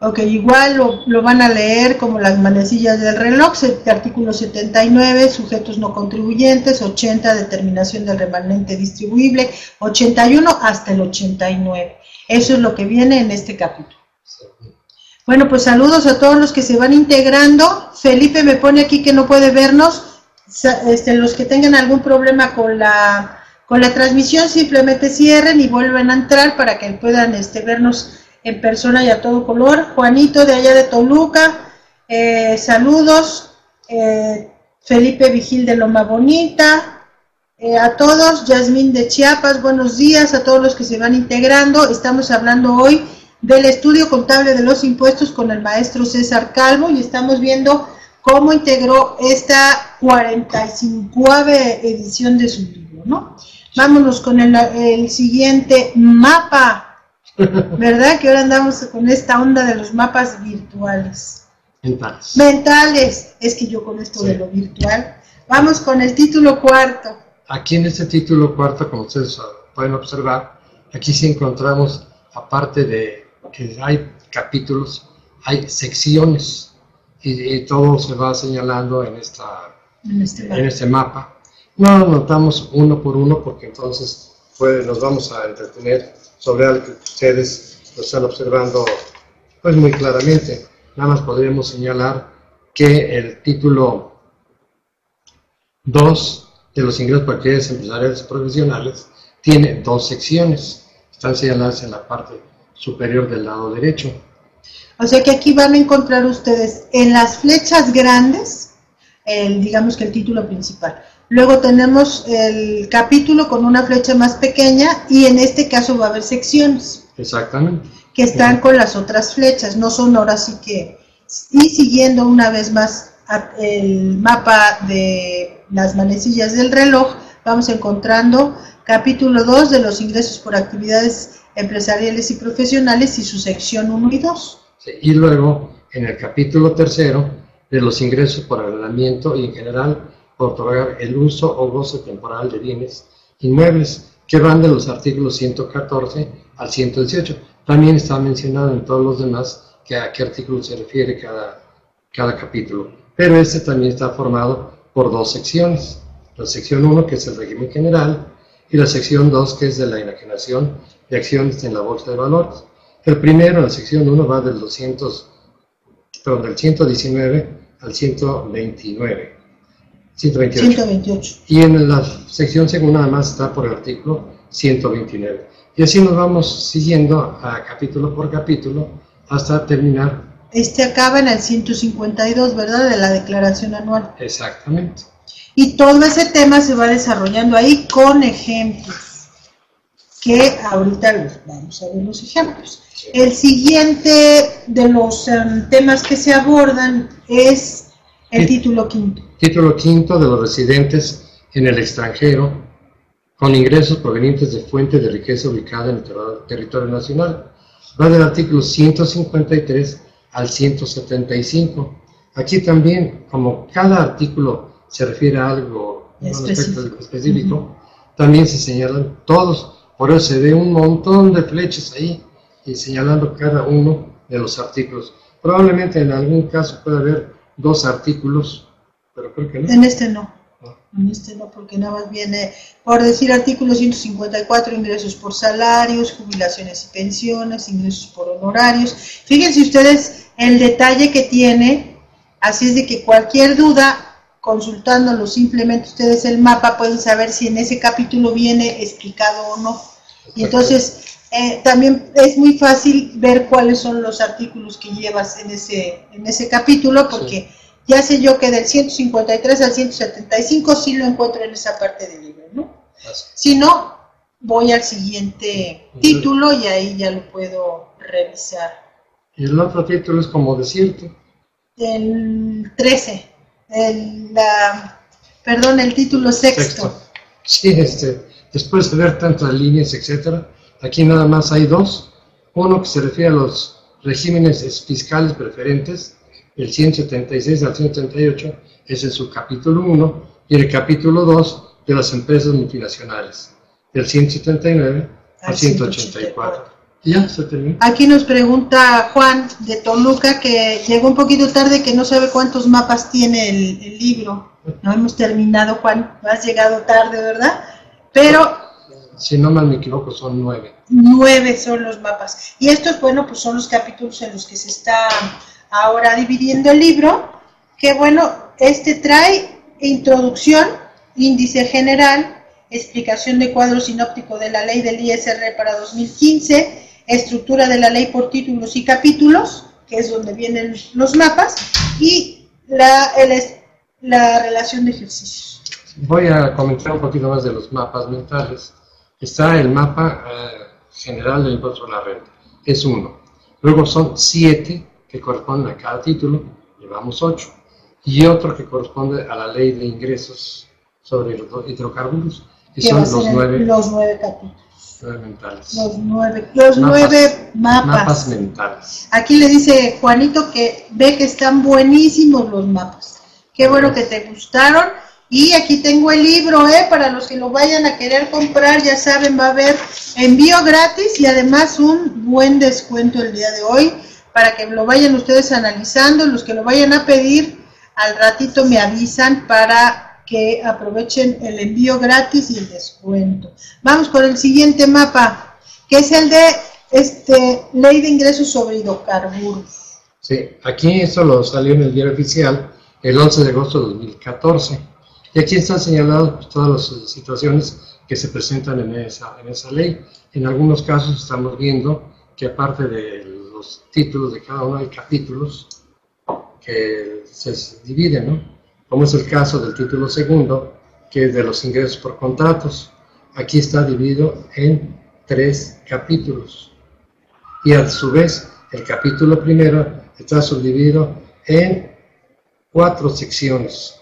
Speaker 1: Ok, igual lo, lo van a leer como las manecillas del reloj, artículo setenta y nueve, sujetos no contribuyentes, ochenta, determinación del remanente distribuible, ochenta y uno hasta el ochenta y nueve. Eso es lo que viene en este capítulo. Bueno, pues saludos a todos los que se van integrando. Felipe me pone aquí que no puede vernos. Este, los que tengan algún problema con la, con la transmisión, simplemente cierren y vuelven a entrar para que puedan este, vernos en persona y a todo color. Juanito de allá de Toluca, eh, saludos. Eh, Felipe Vigil de Loma Bonita, eh, a todos. Yasmín de Chiapas, buenos días a todos los que se van integrando. Estamos hablando hoy del estudio contable de los impuestos con el maestro César Calvo y estamos viendo cómo integró esta cuarenta y cincuava edición de su libro, ¿no? Vámonos con el, el siguiente mapa. ¿Verdad? Que ahora andamos con esta onda de los mapas virtuales.
Speaker 2: Mentales.
Speaker 1: Mentales. Es que yo con esto sí. de lo virtual. Vamos con el título cuarto.
Speaker 2: Aquí en este título cuarto, como ustedes pueden observar, aquí sí encontramos, aparte de que hay capítulos, hay secciones. Y, y todo se va señalando en, esta,
Speaker 1: en, este,
Speaker 2: en este mapa. No lo notamos uno por uno porque entonces pues, nos vamos a entretener sobre algo que ustedes lo están observando pues muy claramente. Nada más podríamos señalar que el título dos de los ingresos por actividades empresariales y profesionales tiene dos secciones, están señaladas en la parte superior del lado derecho.
Speaker 1: O sea que aquí van a encontrar ustedes en las flechas grandes, el, digamos que el título principal. Luego tenemos el capítulo con una flecha más pequeña y en este caso va a haber secciones.
Speaker 2: Exactamente.
Speaker 1: Que están con las otras flechas, no son ahora sí que... Y siguiendo una vez más el mapa de las manecillas del reloj, vamos encontrando capítulo dos de los ingresos por actividades empresariales y profesionales y su sección uno y dos.
Speaker 2: Sí, y luego en el capítulo tercero de los ingresos por arrendamiento y en general por otorgar el uso o goce temporal de bienes inmuebles, que van de los artículos ciento catorce al ciento dieciocho. También está mencionado en todos los demás que a qué artículo se refiere cada, cada capítulo. Pero este también está formado por dos secciones. La sección uno, que es el régimen general, y la sección dos, que es de la enajenación de acciones en la bolsa de valores. El primero, la sección uno, va del, doscientos, perdón, del ciento diecinueve al ciento veintinueve. ciento veintiocho.
Speaker 1: ciento veintiocho.
Speaker 2: Y en la sección segunda nada más está por el artículo ciento veintinueve. Y así nos vamos siguiendo a capítulo por capítulo hasta terminar.
Speaker 1: Este acaba en el ciento cincuenta y dos, ¿verdad? De la declaración anual.
Speaker 2: Exactamente.
Speaker 1: Y todo ese tema se va desarrollando ahí con ejemplos, que ahorita los vamos a ver los ejemplos. Sí. El siguiente de los um, temas que se abordan es el título quinto.
Speaker 2: Título quinto de los residentes en el extranjero con ingresos provenientes de fuente de riqueza ubicada en el ter- territorio nacional. Va del artículo ciento cincuenta y tres al ciento setenta y cinco. Aquí también, como cada artículo se refiere a algo
Speaker 1: específico,
Speaker 2: específico uh-huh. también se señalan todos. Por eso se ve un montón de flechas ahí y señalando cada uno de los artículos. Probablemente en algún caso puede haber dos artículos, pero creo que no.
Speaker 1: En este no. no. En este no, porque nada más viene, por decir, artículo ciento cincuenta y cuatro, ingresos por salarios, jubilaciones y pensiones, ingresos por honorarios. Fíjense ustedes el detalle que tiene, así es de que cualquier duda, consultándolo simplemente ustedes el mapa, pueden saber si en ese capítulo viene explicado o no. Y entonces eh, también es muy fácil ver cuáles son los artículos que llevas en ese, en ese capítulo, porque sí. Ya sé yo que del ciento cincuenta y tres al ciento setenta y cinco sí lo encuentro en esa parte del libro, ¿no? Así. Si no, voy al siguiente uh-huh. título y ahí ya lo puedo revisar.
Speaker 2: Y el otro título es como decirte.
Speaker 1: El trece. El, la, perdón, el título sexto. sexto.
Speaker 2: Sí, este, después de ver tantas líneas, etcétera, aquí nada más hay dos. Uno que se refiere a los regímenes fiscales preferentes, el ciento setenta y seis al ciento setenta y ocho, es en su capítulo uno, y el capítulo dos de las empresas multinacionales, del ciento setenta y nueve al ciento ochenta y cuatro. Ya, se terminó.
Speaker 1: Aquí nos pregunta Juan de Toluca, que llegó un poquito tarde, que no sabe cuántos mapas tiene el, el libro. No hemos terminado, Juan, has llegado tarde, ¿verdad? Pero
Speaker 2: si no mal me equivoco, son nueve.
Speaker 1: Nueve son los mapas. Y estos, bueno, pues son los capítulos en los que se está ahora dividiendo el libro, que bueno, este trae introducción, índice general, explicación de cuadro sinóptico de la ley del I S R para dos mil quince, estructura de la ley por títulos y capítulos, que es donde vienen los mapas, y la, el, la relación de ejercicios.
Speaker 2: Voy a comentar un poquito más de los mapas mentales. Está el mapa eh, general del impuesto a la renta, es uno. Luego son siete que corresponden a cada título, llevamos ocho. Y otro que corresponde a la ley de ingresos sobre hidrocarburos, que son los nueve,
Speaker 1: los nueve capítulos.
Speaker 2: Nueve mentales.
Speaker 1: Los nueve, los
Speaker 2: mapas,
Speaker 1: nueve mapas.
Speaker 2: Mapas mentales.
Speaker 1: Aquí le dice Juanito que ve que están buenísimos los mapas. Qué bueno que te gustaron. Y aquí tengo el libro, ¿eh? Para los que lo vayan a querer comprar, ya saben, va a haber envío gratis y además un buen descuento el día de hoy para que lo vayan ustedes analizando. Los que lo vayan a pedir, al ratito me avisan para que aprovechen el envío gratis y el descuento. Vamos con el siguiente mapa, que es el de este Ley de Ingresos sobre Hidrocarburos.
Speaker 2: Sí, aquí esto lo salió en el diario oficial el once de agosto de dos mil catorce. Y aquí están señaladas pues, todas las situaciones que se presentan en esa, en esa ley. En algunos casos estamos viendo que aparte de los títulos de cada uno hay capítulos que se dividen, ¿no? Como es el caso del título segundo, que es de los ingresos por contratos. Aquí está dividido en tres capítulos. Y a su vez, el capítulo primero está subdividido en cuatro secciones.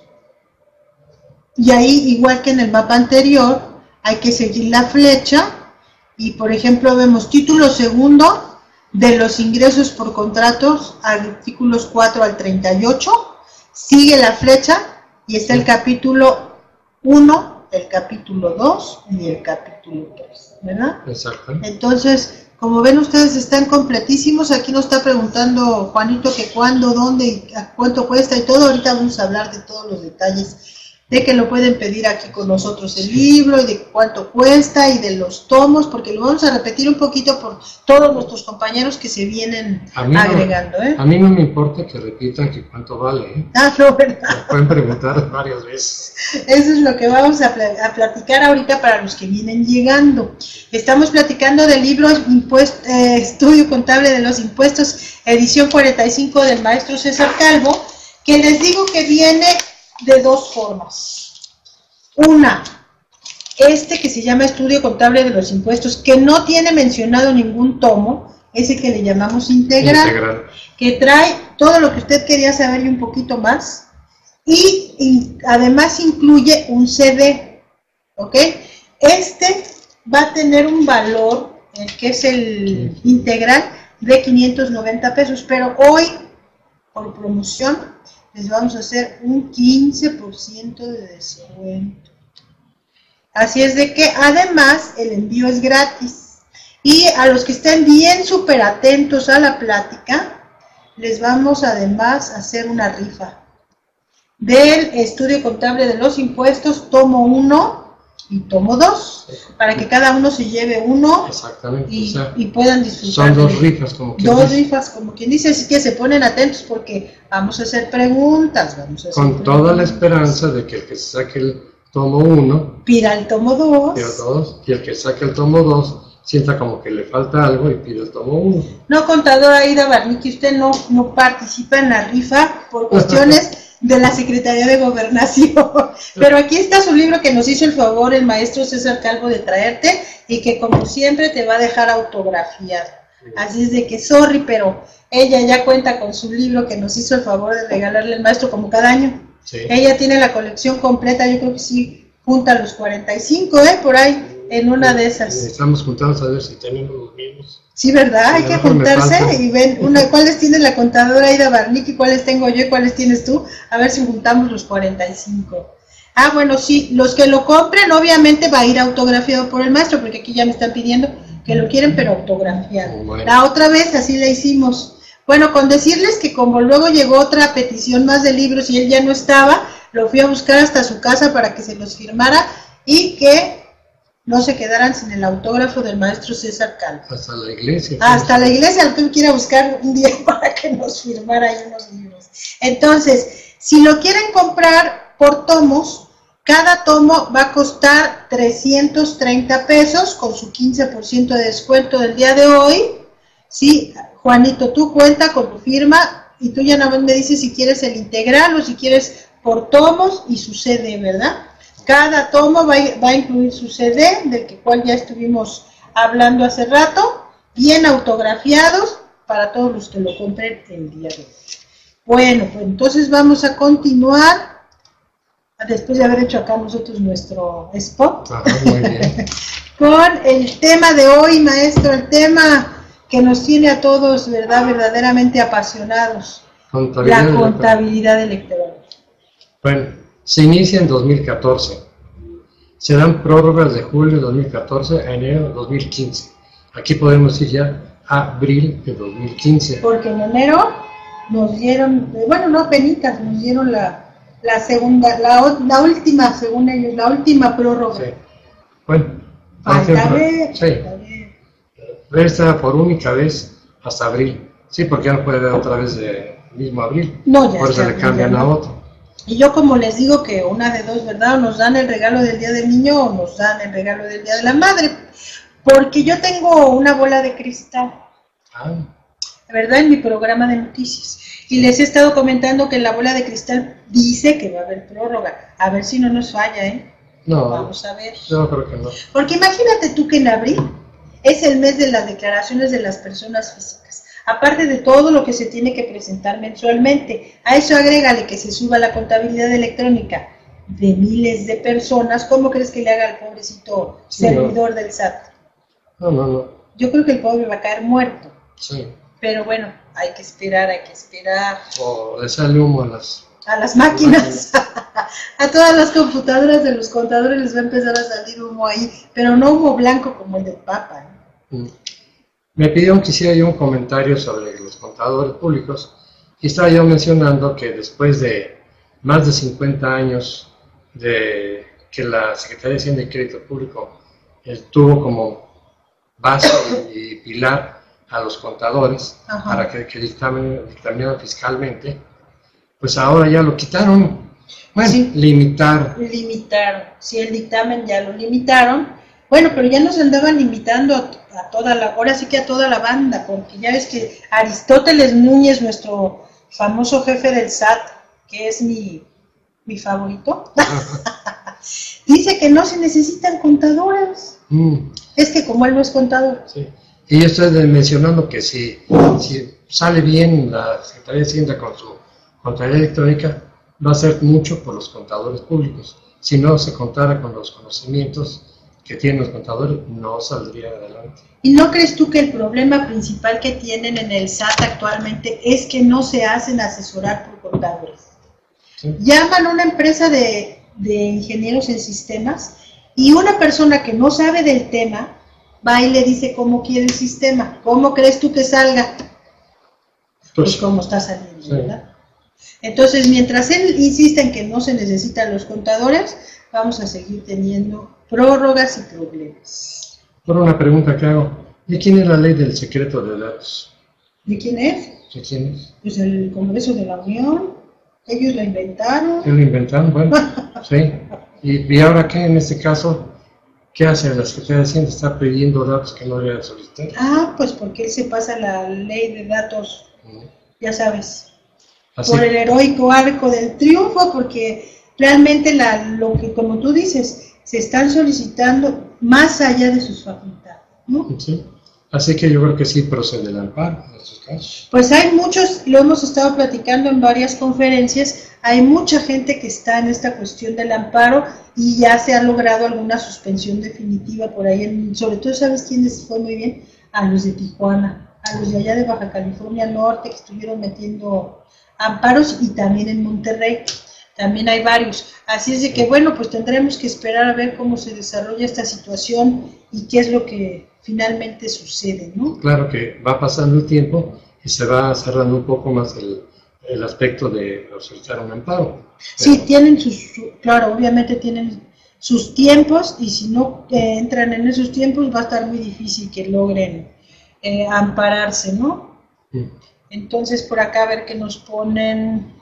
Speaker 1: Y ahí, igual que en el mapa anterior, hay que seguir la flecha y, por ejemplo, vemos título segundo de los ingresos por contratos, artículos cuatro al treinta y ocho, sigue la flecha y está el capítulo uno, el capítulo dos y el capítulo tres, ¿verdad?
Speaker 2: Exacto.
Speaker 1: Entonces, como ven ustedes, están completísimos. Aquí nos está preguntando Juanito que cuándo, dónde y a cuánto cuesta y todo. Ahorita vamos a hablar de todos los detalles de que lo pueden pedir aquí con nosotros el libro y de cuánto cuesta y de los tomos, porque lo vamos a repetir un poquito por todos nuestros compañeros que se vienen
Speaker 2: no,
Speaker 1: agregando. ¿eh?
Speaker 2: A mí no me importa que repitan que cuánto vale. ¿eh?
Speaker 1: Ah, no, ¿verdad?
Speaker 2: Lo pueden preguntar varias veces.
Speaker 1: Eso es lo que vamos a, pl a platicar ahorita para los que vienen llegando. Estamos platicando del libro Impuest eh, Estudio Contable de los Impuestos, edición cuarenta y cinco del maestro César Calvo, que les digo que viene de dos formas. Una, este que se llama Estudio Contable de los Impuestos, que no tiene mencionado ningún tomo, ese que le llamamos integral, integral, que trae todo lo que usted quería saber y un poquito más, y, y además incluye un C D, ¿ok? Este va a tener un valor, el que es el integral, de quinientos noventa pesos, pero hoy, por promoción, les vamos a hacer un quince por ciento de descuento. Así es de que además el envío es gratis. Y a los que estén bien súper atentos a la plática, les vamos además a hacer una rifa del Estudio Contable de los Impuestos, tomo uno y tomo dos, para que cada uno se lleve uno.
Speaker 2: Exactamente,
Speaker 1: y,
Speaker 2: o sea,
Speaker 1: y puedan disfrutar.
Speaker 2: Son dos rifas, como quien
Speaker 1: Dos
Speaker 2: dice.
Speaker 1: rifas, como quien dice, así que se ponen atentos porque vamos a hacer preguntas. Vamos a hacer
Speaker 2: Con
Speaker 1: preguntas.
Speaker 2: toda la esperanza de que el que saque el tomo uno,
Speaker 1: pida el tomo dos.
Speaker 2: Pida dos, y el que saque el tomo dos, sienta como que le falta algo y pide el tomo uno.
Speaker 1: No, contadora Aida Barniqui, usted no, no participa en la rifa por cuestiones de la Secretaría de Gobernación, pero aquí está su libro que nos hizo el favor el maestro César Calvo de traerte y que como siempre te va a dejar autografiado. Así es de que sorry, pero ella ya cuenta con su libro que nos hizo el favor de regalarle el maestro como cada año.
Speaker 2: Sí.
Speaker 1: Ella tiene la colección completa, yo creo que sí junta los cuarenta y cinco, ¿eh? Por ahí, en una de esas.
Speaker 2: Estamos juntando a ver si tenemos los mismos.
Speaker 1: Sí, ¿verdad? Hay que juntarse y ven una, cuáles tiene la contadora Aida Barniqui, cuáles tengo yo y cuáles tienes tú, a ver si juntamos los cuarenta y cinco. Ah, bueno, sí, los que lo compren obviamente va a ir autografiado por el maestro, porque aquí ya me están pidiendo que lo quieren pero autografiado.
Speaker 2: Bueno.
Speaker 1: La otra vez así la hicimos. Bueno, con decirles que como luego llegó otra petición más de libros y él ya no estaba, lo fui a buscar hasta su casa para que se los firmara y que no se quedaran sin el autógrafo del maestro César Calvo.
Speaker 2: Hasta la iglesia.
Speaker 1: Hasta la iglesia lo tuve que ir a buscar un día para que nos firmara ahí unos libros. Entonces, si lo quieren comprar por tomos, cada tomo va a costar trescientos treinta pesos con su quince por ciento de descuento del día de hoy. Sí, Juanito, tú cuenta con tu firma y tú ya nada más me dices si quieres el integral o si quieres por tomos y su C D, ¿verdad? Cada tomo va a, va a incluir su C D, del que cual ya estuvimos hablando hace rato, bien autografiados para todos los que lo compren el día de hoy. Bueno, pues entonces vamos a continuar, después de haber hecho acá nosotros nuestro spot,
Speaker 2: Ajá, muy bien.
Speaker 1: con el tema de hoy, maestro, el tema que nos tiene a todos, ¿verdad?, verdaderamente apasionados,
Speaker 2: Contabilidad
Speaker 1: la contabilidad electoral.
Speaker 2: Bueno, se inicia en dos mil catorce. Se dan prórrogas de julio de dos mil catorce a enero de dos mil quince. Aquí podemos ir ya a abril de dos mil quince.
Speaker 1: Porque en enero nos dieron, bueno, no penitas, nos dieron la, la segunda, la, la última, según ellos, la última prórroga.
Speaker 2: Sí. Bueno,
Speaker 1: Falta ver,
Speaker 2: sí.
Speaker 1: falta ver.
Speaker 2: Resta por única vez hasta abril. Sí, porque ya no puede dar otra vez de mismo abril.
Speaker 1: No, ya
Speaker 2: por eso
Speaker 1: está,
Speaker 2: le cambian
Speaker 1: ya
Speaker 2: a
Speaker 1: no.
Speaker 2: otro.
Speaker 1: Y yo como les digo que una de dos, ¿verdad? O nos dan el regalo del Día del Niño o nos dan el regalo del Día de la Madre. Porque yo tengo una bola de cristal,
Speaker 2: Ah,
Speaker 1: ¿verdad? En mi programa de noticias. Y les he estado comentando que la bola de cristal dice que va a haber prórroga. A ver si no nos falla, ¿eh?
Speaker 2: no,
Speaker 1: Vamos a ver.
Speaker 2: yo creo que no.
Speaker 1: Porque imagínate tú que en abril es el mes de las declaraciones de las personas físicas. Aparte de todo lo que se tiene que presentar mensualmente, a eso agrégale que se suba la contabilidad electrónica de miles de personas. ¿Cómo crees que le haga al pobrecito
Speaker 2: Sí,
Speaker 1: servidor
Speaker 2: no.
Speaker 1: del S A T?
Speaker 2: No, no, no.
Speaker 1: Yo creo que el pobre va a caer muerto.
Speaker 2: Sí.
Speaker 1: Pero bueno, hay que esperar, hay que esperar.
Speaker 2: O le sale humo a las...
Speaker 1: A las máquinas, a todas las computadoras de los contadores les va a empezar a salir humo ahí, pero no humo blanco como el del Papa, ¿eh?
Speaker 2: Mm. Me pidieron que hiciera yo un comentario sobre los contadores públicos y estaba yo mencionando que después de más de cincuenta años de que la Secretaría de Hacienda y Crédito Público eh, tuvo como base y pilar a los contadores. Ajá. Para que, que dictamen, dictaminaran fiscalmente, pues ahora ya lo quitaron. Bueno, sí, limitaron.
Speaker 1: Limitaron, sí, el dictamen ya lo limitaron. Bueno, pero ya nos andaban limitando a, a toda la, ahora sí que a toda la banda, porque ya ves que Aristóteles Núñez, nuestro famoso jefe del S A T, que es mi, mi favorito, dice que no se necesitan contadores. Mm. Es que como él no es contador.
Speaker 2: Sí. Y yo estoy mencionando que si, si sale bien la Secretaría de Hacienda con su contabilidad electrónica, va a ser mucho por los contadores públicos. Si no se contara con los conocimientos que tienen los contadores, no saldría adelante.
Speaker 1: ¿Y no crees tú que el problema principal que tienen en el S A T actualmente es que no se hacen asesorar por contadores? Sí. Llaman a una empresa de, de ingenieros en sistemas y una persona que no sabe del tema va y le dice cómo quiere el sistema. ¿Cómo crees tú que salga? Pues, pues como está saliendo, sí, ¿verdad? Entonces, mientras él insiste en que no se necesitan los contadores, vamos a seguir teniendo prórrogas y problemas.
Speaker 2: Por una pregunta que hago, ¿de quién es la ley del secreto de datos?
Speaker 1: ¿De quién es?
Speaker 2: ¿De quién es?
Speaker 1: Pues el Congreso de la Unión, ellos la inventaron.
Speaker 2: ¿Ellos la inventaron? Bueno, sí. ¿Y, ¿Y ahora qué en este caso? ¿Qué hace la Secretaría de Hacienda? ¿Está pidiendo datos que no había solicitado?
Speaker 1: Ah, pues porque él se pasa la ley de datos, mm. ya sabes.
Speaker 2: Así.
Speaker 1: Por el heroico arco del triunfo, porque realmente la, lo que, como tú dices, se están solicitando más allá de sus facultades, ¿no?
Speaker 2: Sí. Así que yo creo que sí procede el amparo en estos casos.
Speaker 1: Pues hay muchos, lo hemos estado platicando en varias conferencias, hay mucha gente que está en esta cuestión del amparo y ya se ha logrado alguna suspensión definitiva por ahí, en, sobre todo, ¿sabes quiénes fue muy bien? A los de Tijuana, a los de allá de Baja California Norte que estuvieron metiendo amparos y también en Monterrey. también hay varios. Así es de que, bueno, pues tendremos que esperar a ver cómo se desarrolla esta situación y qué es lo que finalmente sucede, ¿no?
Speaker 2: Claro que va pasando el tiempo y se va cerrando un poco más el, el aspecto de solicitar un amparo.
Speaker 1: Sí, pero... tienen sus, su, claro, obviamente tienen sus tiempos y si no eh, entran en esos tiempos va a estar muy difícil que logren eh, ampararse, ¿no? Mm. Entonces por acá a ver qué nos ponen.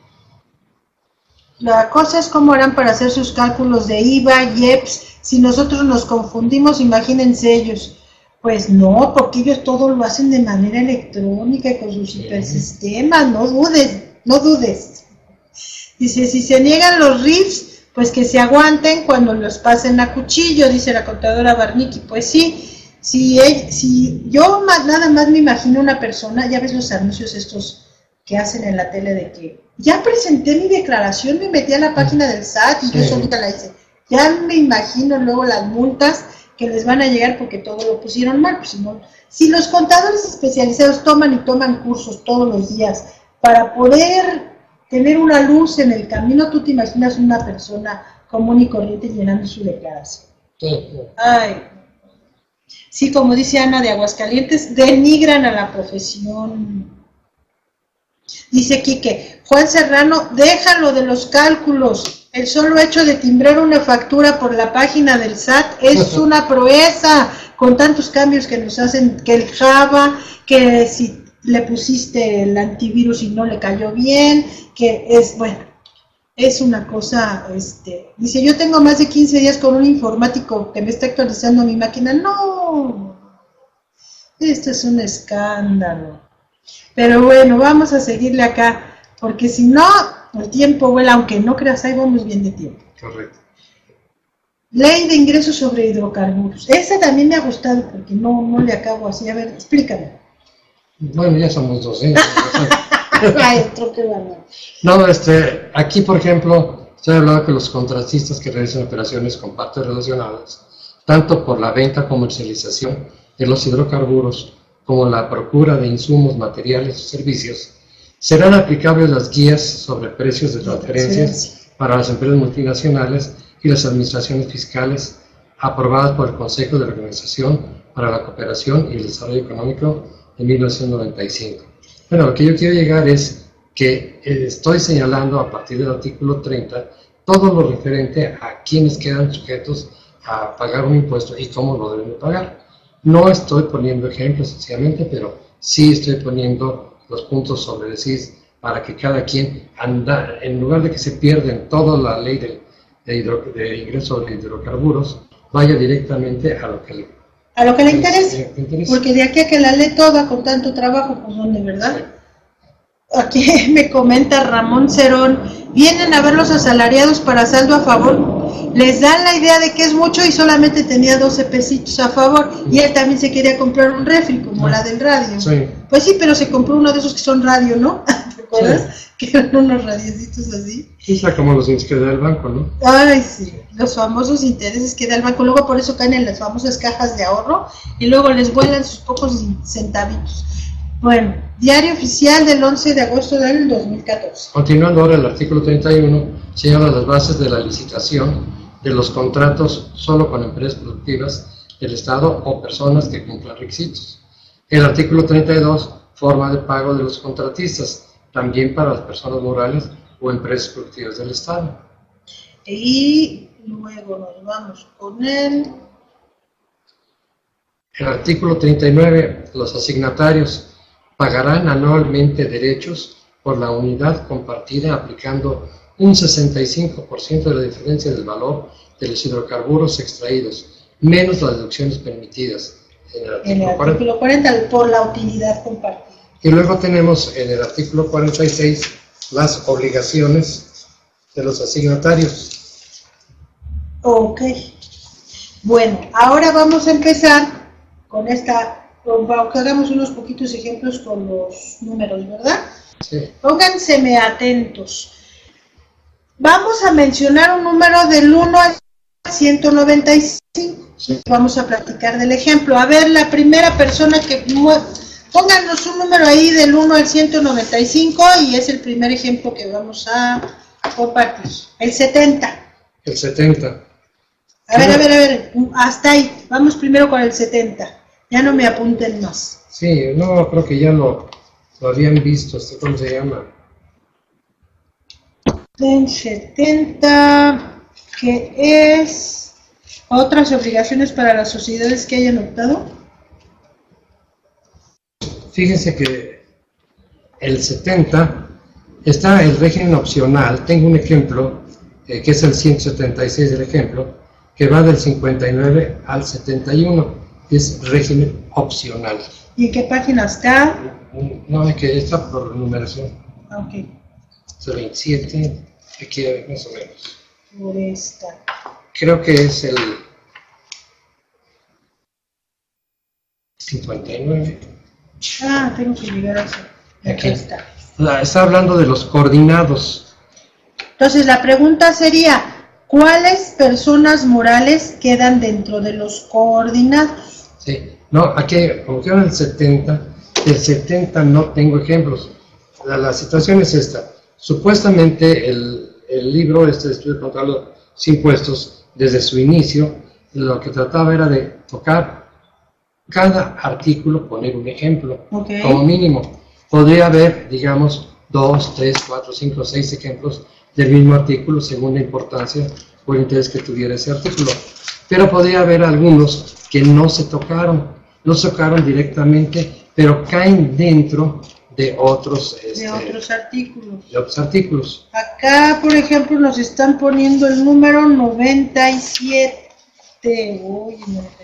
Speaker 1: La cosa es cómo harán para hacer sus cálculos de I V A, I E P S. Si nosotros nos confundimos, imagínense ellos. Pues no, porque ellos todo lo hacen de manera electrónica con sus sí. hipersistemas, no dudes, no dudes. Dice, si se niegan los R I Fs, pues que se aguanten cuando los pasen a cuchillo, dice la contadora Barnicki. Pues sí, si, él, si yo más, nada más me imagino una persona, ya ves los anuncios estos que hacen en la tele de que ya presenté mi declaración, me metí a la página del S A T y sí. yo solita la hice. Ya me imagino luego las multas que les van a llegar porque todo lo pusieron mal. Pues si, no, si los contadores especializados toman y toman cursos todos los días para poder tener una luz en el camino, tú te imaginas una persona común y corriente llenando su declaración. Sí. Ay, sí, como dice Ana de Aguascalientes, denigran a la profesión. Dice Quique, Juan Serrano, déjalo de los cálculos. El solo hecho de timbrar una factura por la página del S A T es una proeza, con tantos cambios que nos hacen, que el Java, que si le pusiste el antivirus y no le cayó bien, que es, bueno, es una cosa, este, dice, yo tengo más de quince días con un informático que me está actualizando mi máquina. No, esto es un escándalo. Pero bueno, vamos a seguirle acá, porque si no, el tiempo vuela, aunque no creas, ahí vamos bien de tiempo.
Speaker 2: Correcto.
Speaker 1: Ley de ingresos sobre hidrocarburos. Esa también me ha gustado, porque no, no le acabo así. A ver, explícame.
Speaker 2: Bueno, ya somos dos, ¿eh? No, este, aquí, por ejemplo, estoy hablando que los contratistas que realizan operaciones con partes relacionadas, tanto por la venta o comercialización de los hidrocarburos, como la procura de insumos, materiales o servicios, serán aplicables las guías sobre precios de transferencias para las empresas multinacionales y las administraciones fiscales aprobadas por el Consejo de la Organización para la Cooperación y el Desarrollo Económico de mil novecientos noventa y cinco. Bueno, lo que yo quiero llegar es que estoy señalando a partir del artículo treinta todo lo referente a quienes quedan sujetos a pagar un impuesto y cómo lo deben de pagar. No estoy poniendo ejemplos sencillamente, pero sí estoy poniendo los puntos sobre decir para que cada quien anda, en lugar de que se pierda en toda la ley de, de, hidro, de ingreso de hidrocarburos, vaya directamente a lo que le,
Speaker 1: a lo que le interese, porque de aquí a que la lee toda con tanto trabajo, pues ¿dónde, verdad? Sí. Aquí me comenta Ramón Cerón, vienen a ver los asalariados para saldo a favor, les dan la idea de que es mucho y solamente tenía doce pesitos a favor, y él también se quería comprar un refri, como sí. la del radio. Sí. Pues sí, pero se compró uno de esos que son radio, ¿no? ¿Te acuerdas? Sí. Que eran unos radiecitos así.
Speaker 2: Sí, como los intereses que da el banco, ¿no?
Speaker 1: Ay, sí, los famosos intereses que da el banco, luego por eso caen en las famosas cajas de ahorro, y luego les vuelan sus pocos centavitos. Bueno, diario oficial del once de agosto del dos mil catorce.
Speaker 2: Continuando ahora el artículo treinta y uno, señala las bases de la licitación de los contratos solo con empresas productivas del Estado o personas que cumplan requisitos. El artículo treinta y dos, forma de pago de los contratistas, también para las personas morales o empresas productivas del Estado.
Speaker 1: Y luego nos vamos con el...
Speaker 2: El artículo treinta y nueve, los asignatarios pagarán anualmente derechos por la unidad compartida aplicando un sesenta y cinco por ciento de la diferencia del valor de los hidrocarburos extraídos, menos las deducciones permitidas en el artículo,
Speaker 1: en el artículo cuarenta. cuarenta por la utilidad compartida.
Speaker 2: Y luego tenemos en el artículo cuarenta y seis las obligaciones de los asignatarios.
Speaker 1: Ok. Bueno, ahora vamos a empezar con esta... Aunque hagamos unos poquitos ejemplos con los números, ¿verdad?
Speaker 2: Sí.
Speaker 1: Pónganseme atentos. Vamos a mencionar un número del uno al ciento noventa y cinco. Sí. Vamos a platicar del ejemplo. A ver, la primera persona que... Pónganos un número ahí del uno al ciento noventa y cinco y es el primer ejemplo que vamos a compartir. El setenta.
Speaker 2: El setenta.
Speaker 1: A ver, a ver, a ver, hasta ahí. Vamos primero con el setenta. Ya no me apunten más.
Speaker 2: Sí, no, creo que ya lo, lo habían visto. ¿Cómo se llama?
Speaker 1: El setenta, que es otras obligaciones para las sociedades que hayan optado.
Speaker 2: Fíjense que el setenta está el régimen opcional. Tengo un ejemplo, eh, que es el ciento setenta y seis del ejemplo, que va del cincuenta y nueve al setenta y uno. Es régimen opcional.
Speaker 1: ¿Y en qué página está?
Speaker 2: No, es que está por numeración.
Speaker 1: Ok.
Speaker 2: Es el veintisiete, aquí más o menos.
Speaker 1: Por esta.
Speaker 2: Creo que es el cincuenta y nueve.
Speaker 1: Ah, tengo que llegar a eso. Aquí está.
Speaker 2: La, está hablando de los coordinados.
Speaker 1: Entonces la pregunta sería, ¿cuáles personas morales quedan dentro de los coordinados?
Speaker 2: Sí, no, aquí, como que en el setenta, el setenta no tengo ejemplos. La, la situación es esta. Supuestamente el, el libro, este estudio contra los impuestos, desde su inicio, lo que trataba era de tocar cada artículo, poner un ejemplo,
Speaker 1: okay,
Speaker 2: como mínimo. Podría haber, digamos, dos, tres, cuatro, cinco, seis ejemplos del mismo artículo, según la importancia o el interés que tuviera ese artículo. Pero podría haber algunos que no se tocaron, no se tocaron directamente, pero caen dentro de otros, este,
Speaker 1: de otros artículos.
Speaker 2: de otros artículos.
Speaker 1: Acá, por ejemplo, nos están poniendo el número noventa y siete. Uy,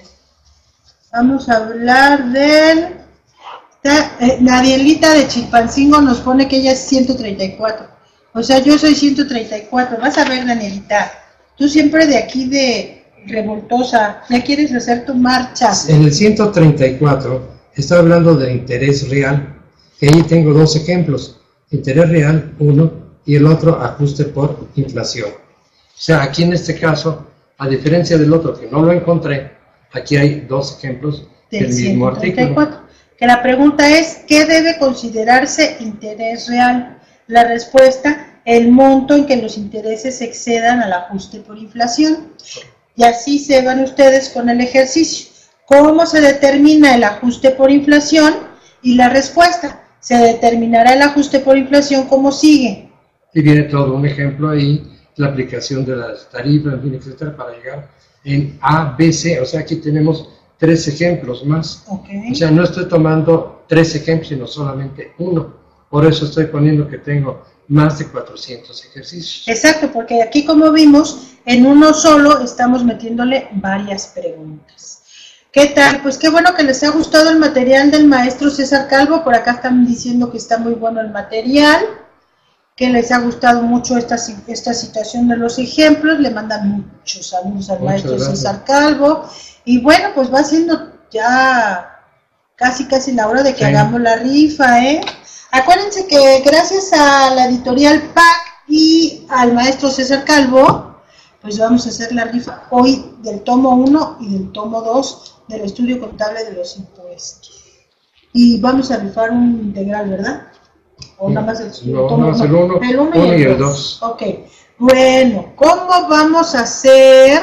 Speaker 1: vamos a hablar del... Eh, Nadielita de Chilpancingo nos pone que ella es ciento treinta y cuatro. O sea, yo soy ciento treinta y cuatro. Vas a ver, Danielita, tú siempre de aquí de revoltosa, ya quieres hacer tu marcha.
Speaker 2: En el ciento treinta y cuatro está hablando de interés real, que ahí tengo dos ejemplos, interés real, uno, y el otro, ajuste por inflación. O sea, aquí en este caso, a diferencia del otro que no lo encontré, aquí hay dos ejemplos del, del mismo artículo.
Speaker 1: Que la pregunta es, ¿qué debe considerarse interés real? La respuesta, el monto en que los intereses excedan al ajuste por inflación. Y así se van ustedes con el ejercicio. ¿Cómo se determina el ajuste por inflación? Y la respuesta, se determinará el ajuste por inflación como sigue.
Speaker 2: Y viene todo un ejemplo ahí, la aplicación de las tarifas, etcétera, para llegar en A, B, C. O sea, aquí tenemos tres ejemplos más.
Speaker 1: Okay.
Speaker 2: O sea, no estoy tomando tres ejemplos, sino solamente uno. Por eso estoy poniendo que tengo más de cuatrocientos ejercicios.
Speaker 1: Exacto, porque aquí, como vimos, en uno solo estamos metiéndole varias preguntas. ¿Qué tal? Pues qué bueno que les ha gustado el material del maestro César Calvo. Por acá están diciendo que está muy bueno el material, que les ha gustado mucho esta, esta situación de los ejemplos. Le mandan muchos saludos al Muchas maestro gracias. César Calvo. Y bueno, pues va siendo ya casi casi la hora de que sí. hagamos la rifa, ¿eh? Acuérdense que gracias a la editorial P A C y al maestro César Calvo, pues vamos a hacer la rifa hoy del tomo uno y del tomo dos del estudio contable de los impuestos. Y vamos a rifar un integral, ¿verdad? O nada más el,
Speaker 2: no,
Speaker 1: tomo
Speaker 2: no, el uno,
Speaker 1: el uno
Speaker 2: uno
Speaker 1: y el,
Speaker 2: y el
Speaker 1: dos.
Speaker 2: dos.
Speaker 1: Ok, bueno, ¿cómo vamos a hacer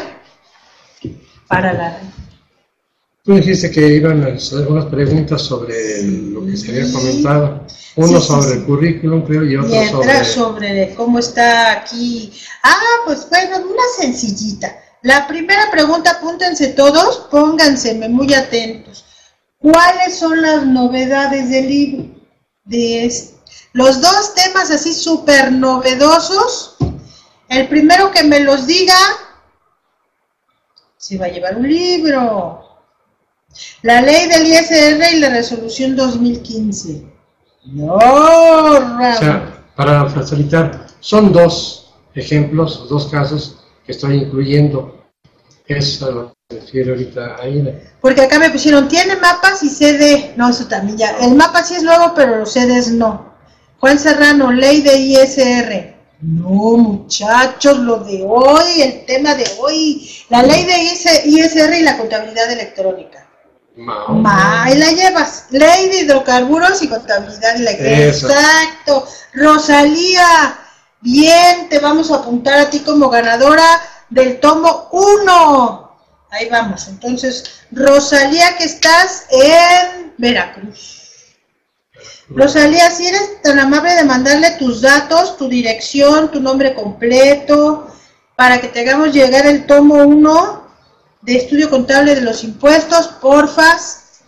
Speaker 1: para la rifa?
Speaker 2: Tú dijiste que iban a hacer unas preguntas sobre lo que se había comentado. Uno sí, sobre sí, sí. el currículum, creo, y otro
Speaker 1: y
Speaker 2: sobre...
Speaker 1: sobre cómo está aquí. Ah, pues bueno, una sencillita. La primera pregunta, apúntense todos, pónganseme muy atentos. ¿Cuáles son las novedades del libro? De este? Los dos temas así súper novedosos. El primero que me los diga, se va a llevar un libro. La ley del I S R y la resolución dos mil quince. No, Raúl.
Speaker 2: O sea, para facilitar, son dos ejemplos, dos casos que estoy incluyendo. Eso es lo que se refiere ahorita a Ida.
Speaker 1: Porque acá me pusieron, tiene mapas y C D. No, eso también ya. El mapa sí es nuevo, pero los C Ds no. Juan Serrano, ley de I S R. No, muchachos, lo de hoy, el tema de hoy. La ley de I S R y la contabilidad electrónica.
Speaker 2: Ma,
Speaker 1: Ma, ahí la llevas. Ley de hidrocarburos y contabilidad electrónica. Exacto. Rosalía, Bien, te vamos a apuntar a ti como ganadora del tomo uno. Ahí vamos. Entonces, Rosalía, que estás en Veracruz. Rosalía, si eres tan amable de mandarle tus datos, tu dirección, tu nombre completo, para que te hagamos llegar el tomo uno de Estudio Contable de los Impuestos, porfas.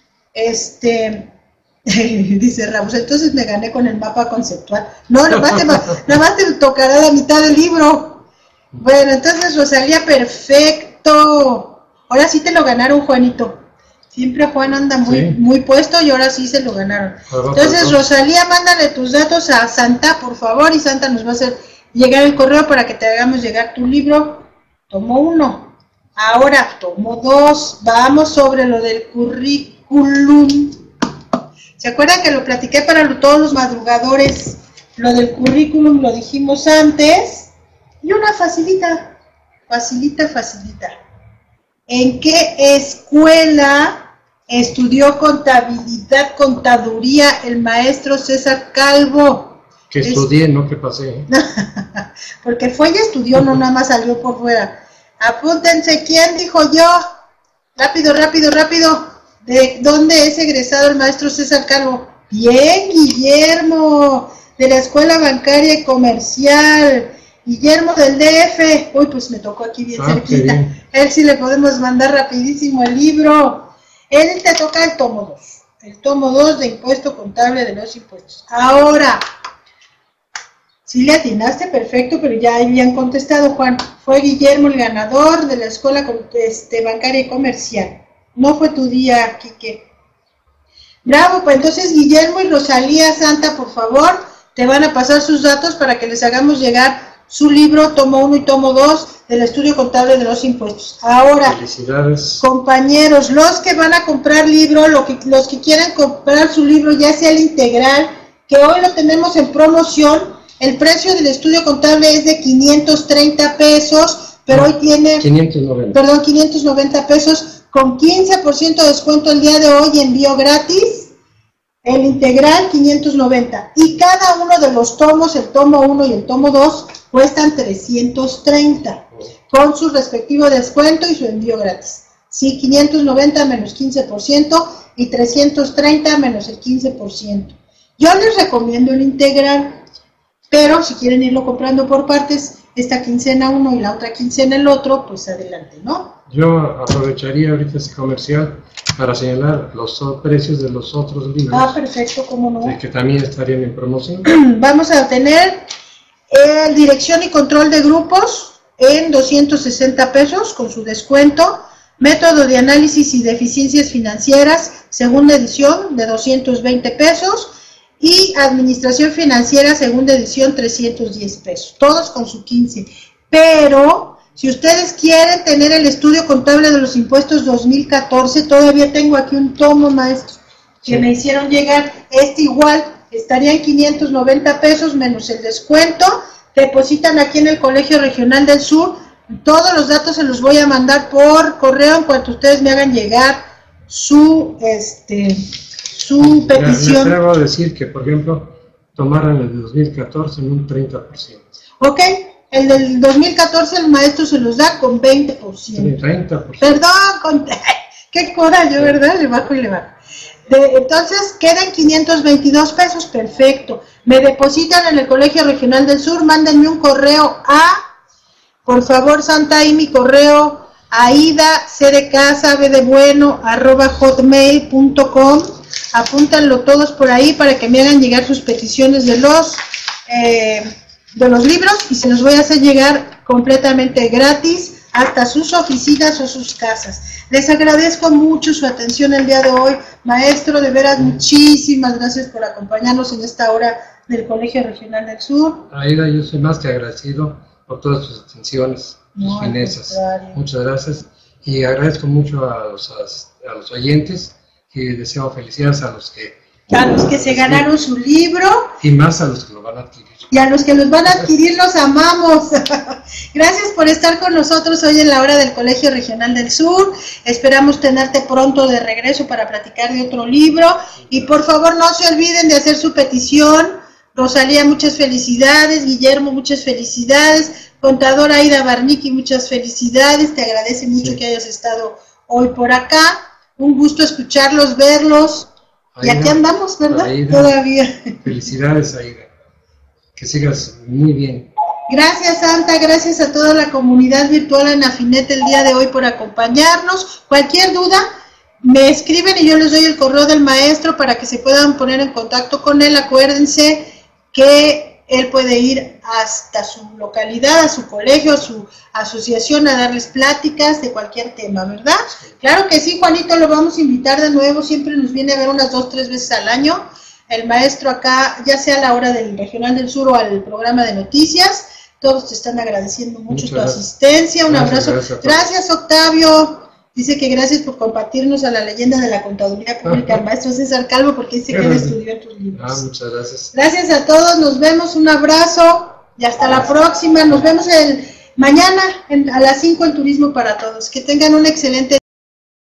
Speaker 1: Este, dice Ramos, entonces me gané con el mapa conceptual. No, nada más te, nada más te tocará la mitad del libro. Bueno, entonces Rosalía, perfecto. Ahora sí te lo ganaron, Juanito. Siempre Juan anda muy, sí. muy puesto y ahora sí se lo ganaron. Entonces, Rosalía, mándale tus datos a Santa, por favor, y Santa nos va a hacer llegar el correo para que te hagamos llegar tu libro. Tomo uno. Ahora, tomo dos. Vamos sobre lo del currículum. ¿Se acuerdan que lo platiqué para todos los madrugadores? Lo del currículum lo dijimos antes. Y una facilita, facilita, facilita. ¿En qué escuela estudió contabilidad, contaduría el maestro César Calvo?
Speaker 2: Que estudié, es... no que pasé.
Speaker 1: Porque fue y estudió, no nada más salió por fuera. Apúntense, ¿quién dijo yo? Rápido, rápido, rápido. ¿De dónde es egresado el maestro César Calvo? Bien, Guillermo, de la Escuela Bancaria y Comercial. Guillermo del D F. Uy, pues me tocó aquí bien ah, cerquita. Bien. Él sí le podemos mandar rapidísimo el libro. Él te toca el tomo dos. El tomo dos de Impuesto Contable de los Impuestos. Ahora, sí le atinaste, perfecto, pero ya habían contestado, Juan. Fue Guillermo el ganador de la Escuela este, Bancaria y Comercial. No fue tu día, Quique. Bravo, pues entonces Guillermo y Rosalía Santa, por favor, te van a pasar sus datos para que les hagamos llegar su libro, tomo uno y tomo dos, del Estudio Contable de los Impuestos. Ahora,
Speaker 2: felicidades,
Speaker 1: compañeros, los que van a comprar libro, lo que, los que quieran comprar su libro, ya sea el integral, que hoy lo tenemos en promoción, el precio del Estudio Contable es de quinientos treinta pesos, pero no, hoy tiene,
Speaker 2: quinientos noventa.
Speaker 1: Perdón, quinientos noventa pesos, con quince por ciento de descuento el día de hoy, envío gratis. El integral quinientos noventa y cada uno de los tomos, el tomo uno y el tomo dos, cuestan trescientos treinta con su respectivo descuento y su envío gratis. Sí, quinientos noventa menos quince por ciento y trescientos treinta menos el quince por ciento. Yo les recomiendo el integral, pero si quieren irlo comprando por partes, esta quincena uno y la otra quincena el otro, pues adelante, ¿no?
Speaker 2: Yo aprovecharía ahorita ese comercial para señalar los precios de los otros libros.
Speaker 1: Ah, perfecto, cómo no.
Speaker 2: Que también estarían en promoción.
Speaker 1: Vamos a tener eh, dirección y control de grupos en doscientos sesenta pesos con su descuento. Método de análisis y de eficiencias financieras, segunda edición, de doscientos veinte pesos. Y administración financiera, segunda edición, trescientos diez pesos. Todos con su quince. Pero si ustedes quieren tener el Estudio Contable de los Impuestos dos mil catorce, todavía tengo aquí un tomo, maestro, que sí me hicieron llegar. Este igual estaría en quinientos noventa pesos menos el descuento. Depositan aquí en el Colegio Regional del Sur. Todos los datos se los voy a mandar por correo en cuanto ustedes me hagan llegar su este su petición.
Speaker 2: Me atrevo a decir que, por ejemplo, tomaran el de dos mil catorce en un treinta por ciento.
Speaker 1: Ok. El del dos mil catorce el maestro se los da con veinte por ciento.
Speaker 2: treinta por ciento.
Speaker 1: Perdón, con, qué coraje, ¿verdad? Le bajo y le bajo. De, entonces quedan quinientos veintidós pesos, perfecto. Me depositan en el Colegio Regional del Sur, mándenme un correo a, por favor, Santa, ahí mi correo, aida, c de casa, b de bueno, arroba hotmail punto com. Apúntanlo todos por ahí para que me hagan llegar sus peticiones de los... Eh, de los libros y se los voy a hacer llegar completamente gratis hasta sus oficinas o sus casas. Les agradezco mucho su atención el día de hoy, maestro, de veras muchísimas gracias por acompañarnos en esta hora del Colegio Regional del Sur.
Speaker 2: Aida, yo soy más que agradecido por todas sus atenciones,
Speaker 1: no,
Speaker 2: sus finezas. Muchas gracias y agradezco mucho a los, a, a los oyentes y deseo felicidades a los que
Speaker 1: a los que se ganaron su libro
Speaker 2: y más a los que lo van a adquirir.
Speaker 1: Y a los que los van a adquirir los amamos. Gracias por estar con nosotros hoy en la hora del Colegio Regional del Sur. Esperamos tenerte pronto de regreso para platicar de otro libro. Y por favor no se olviden de hacer su petición Rosalía, muchas felicidades. Guillermo, muchas felicidades. Contadora Aida Barniqui, muchas felicidades. Te agradece mucho sí. que hayas estado hoy por acá. Un gusto escucharlos, verlos. Aida, y aquí andamos, ¿verdad? Aida, todavía.
Speaker 2: Felicidades, Aida. Que sigas muy bien.
Speaker 1: Gracias, Santa. Gracias a toda la comunidad virtual Anafinet el día de hoy por acompañarnos. Cualquier duda, me escriben y yo les doy el correo del maestro para que se puedan poner en contacto con él. Acuérdense que él puede ir hasta su localidad, a su colegio, a su asociación a darles pláticas de cualquier tema, ¿verdad? Claro que sí, Juanito, lo vamos a invitar de nuevo, siempre nos viene a ver unas dos, tres veces al año. El maestro acá, ya sea a la hora del Regional del Sur o al programa de noticias, todos te están agradeciendo mucho Muchas tu gracias. asistencia, un gracias, abrazo. Gracias, gracias, Octavio. Dice que gracias por compartirnos a la leyenda de la contaduría pública, al maestro César Calvo, porque dice que él estudió tus libros.
Speaker 2: Ah, muchas gracias.
Speaker 1: Gracias a todos, nos vemos, un abrazo y hasta gracias. la próxima. Nos vemos el mañana en, a las cinco en Turismo para Todos. Que tengan un excelente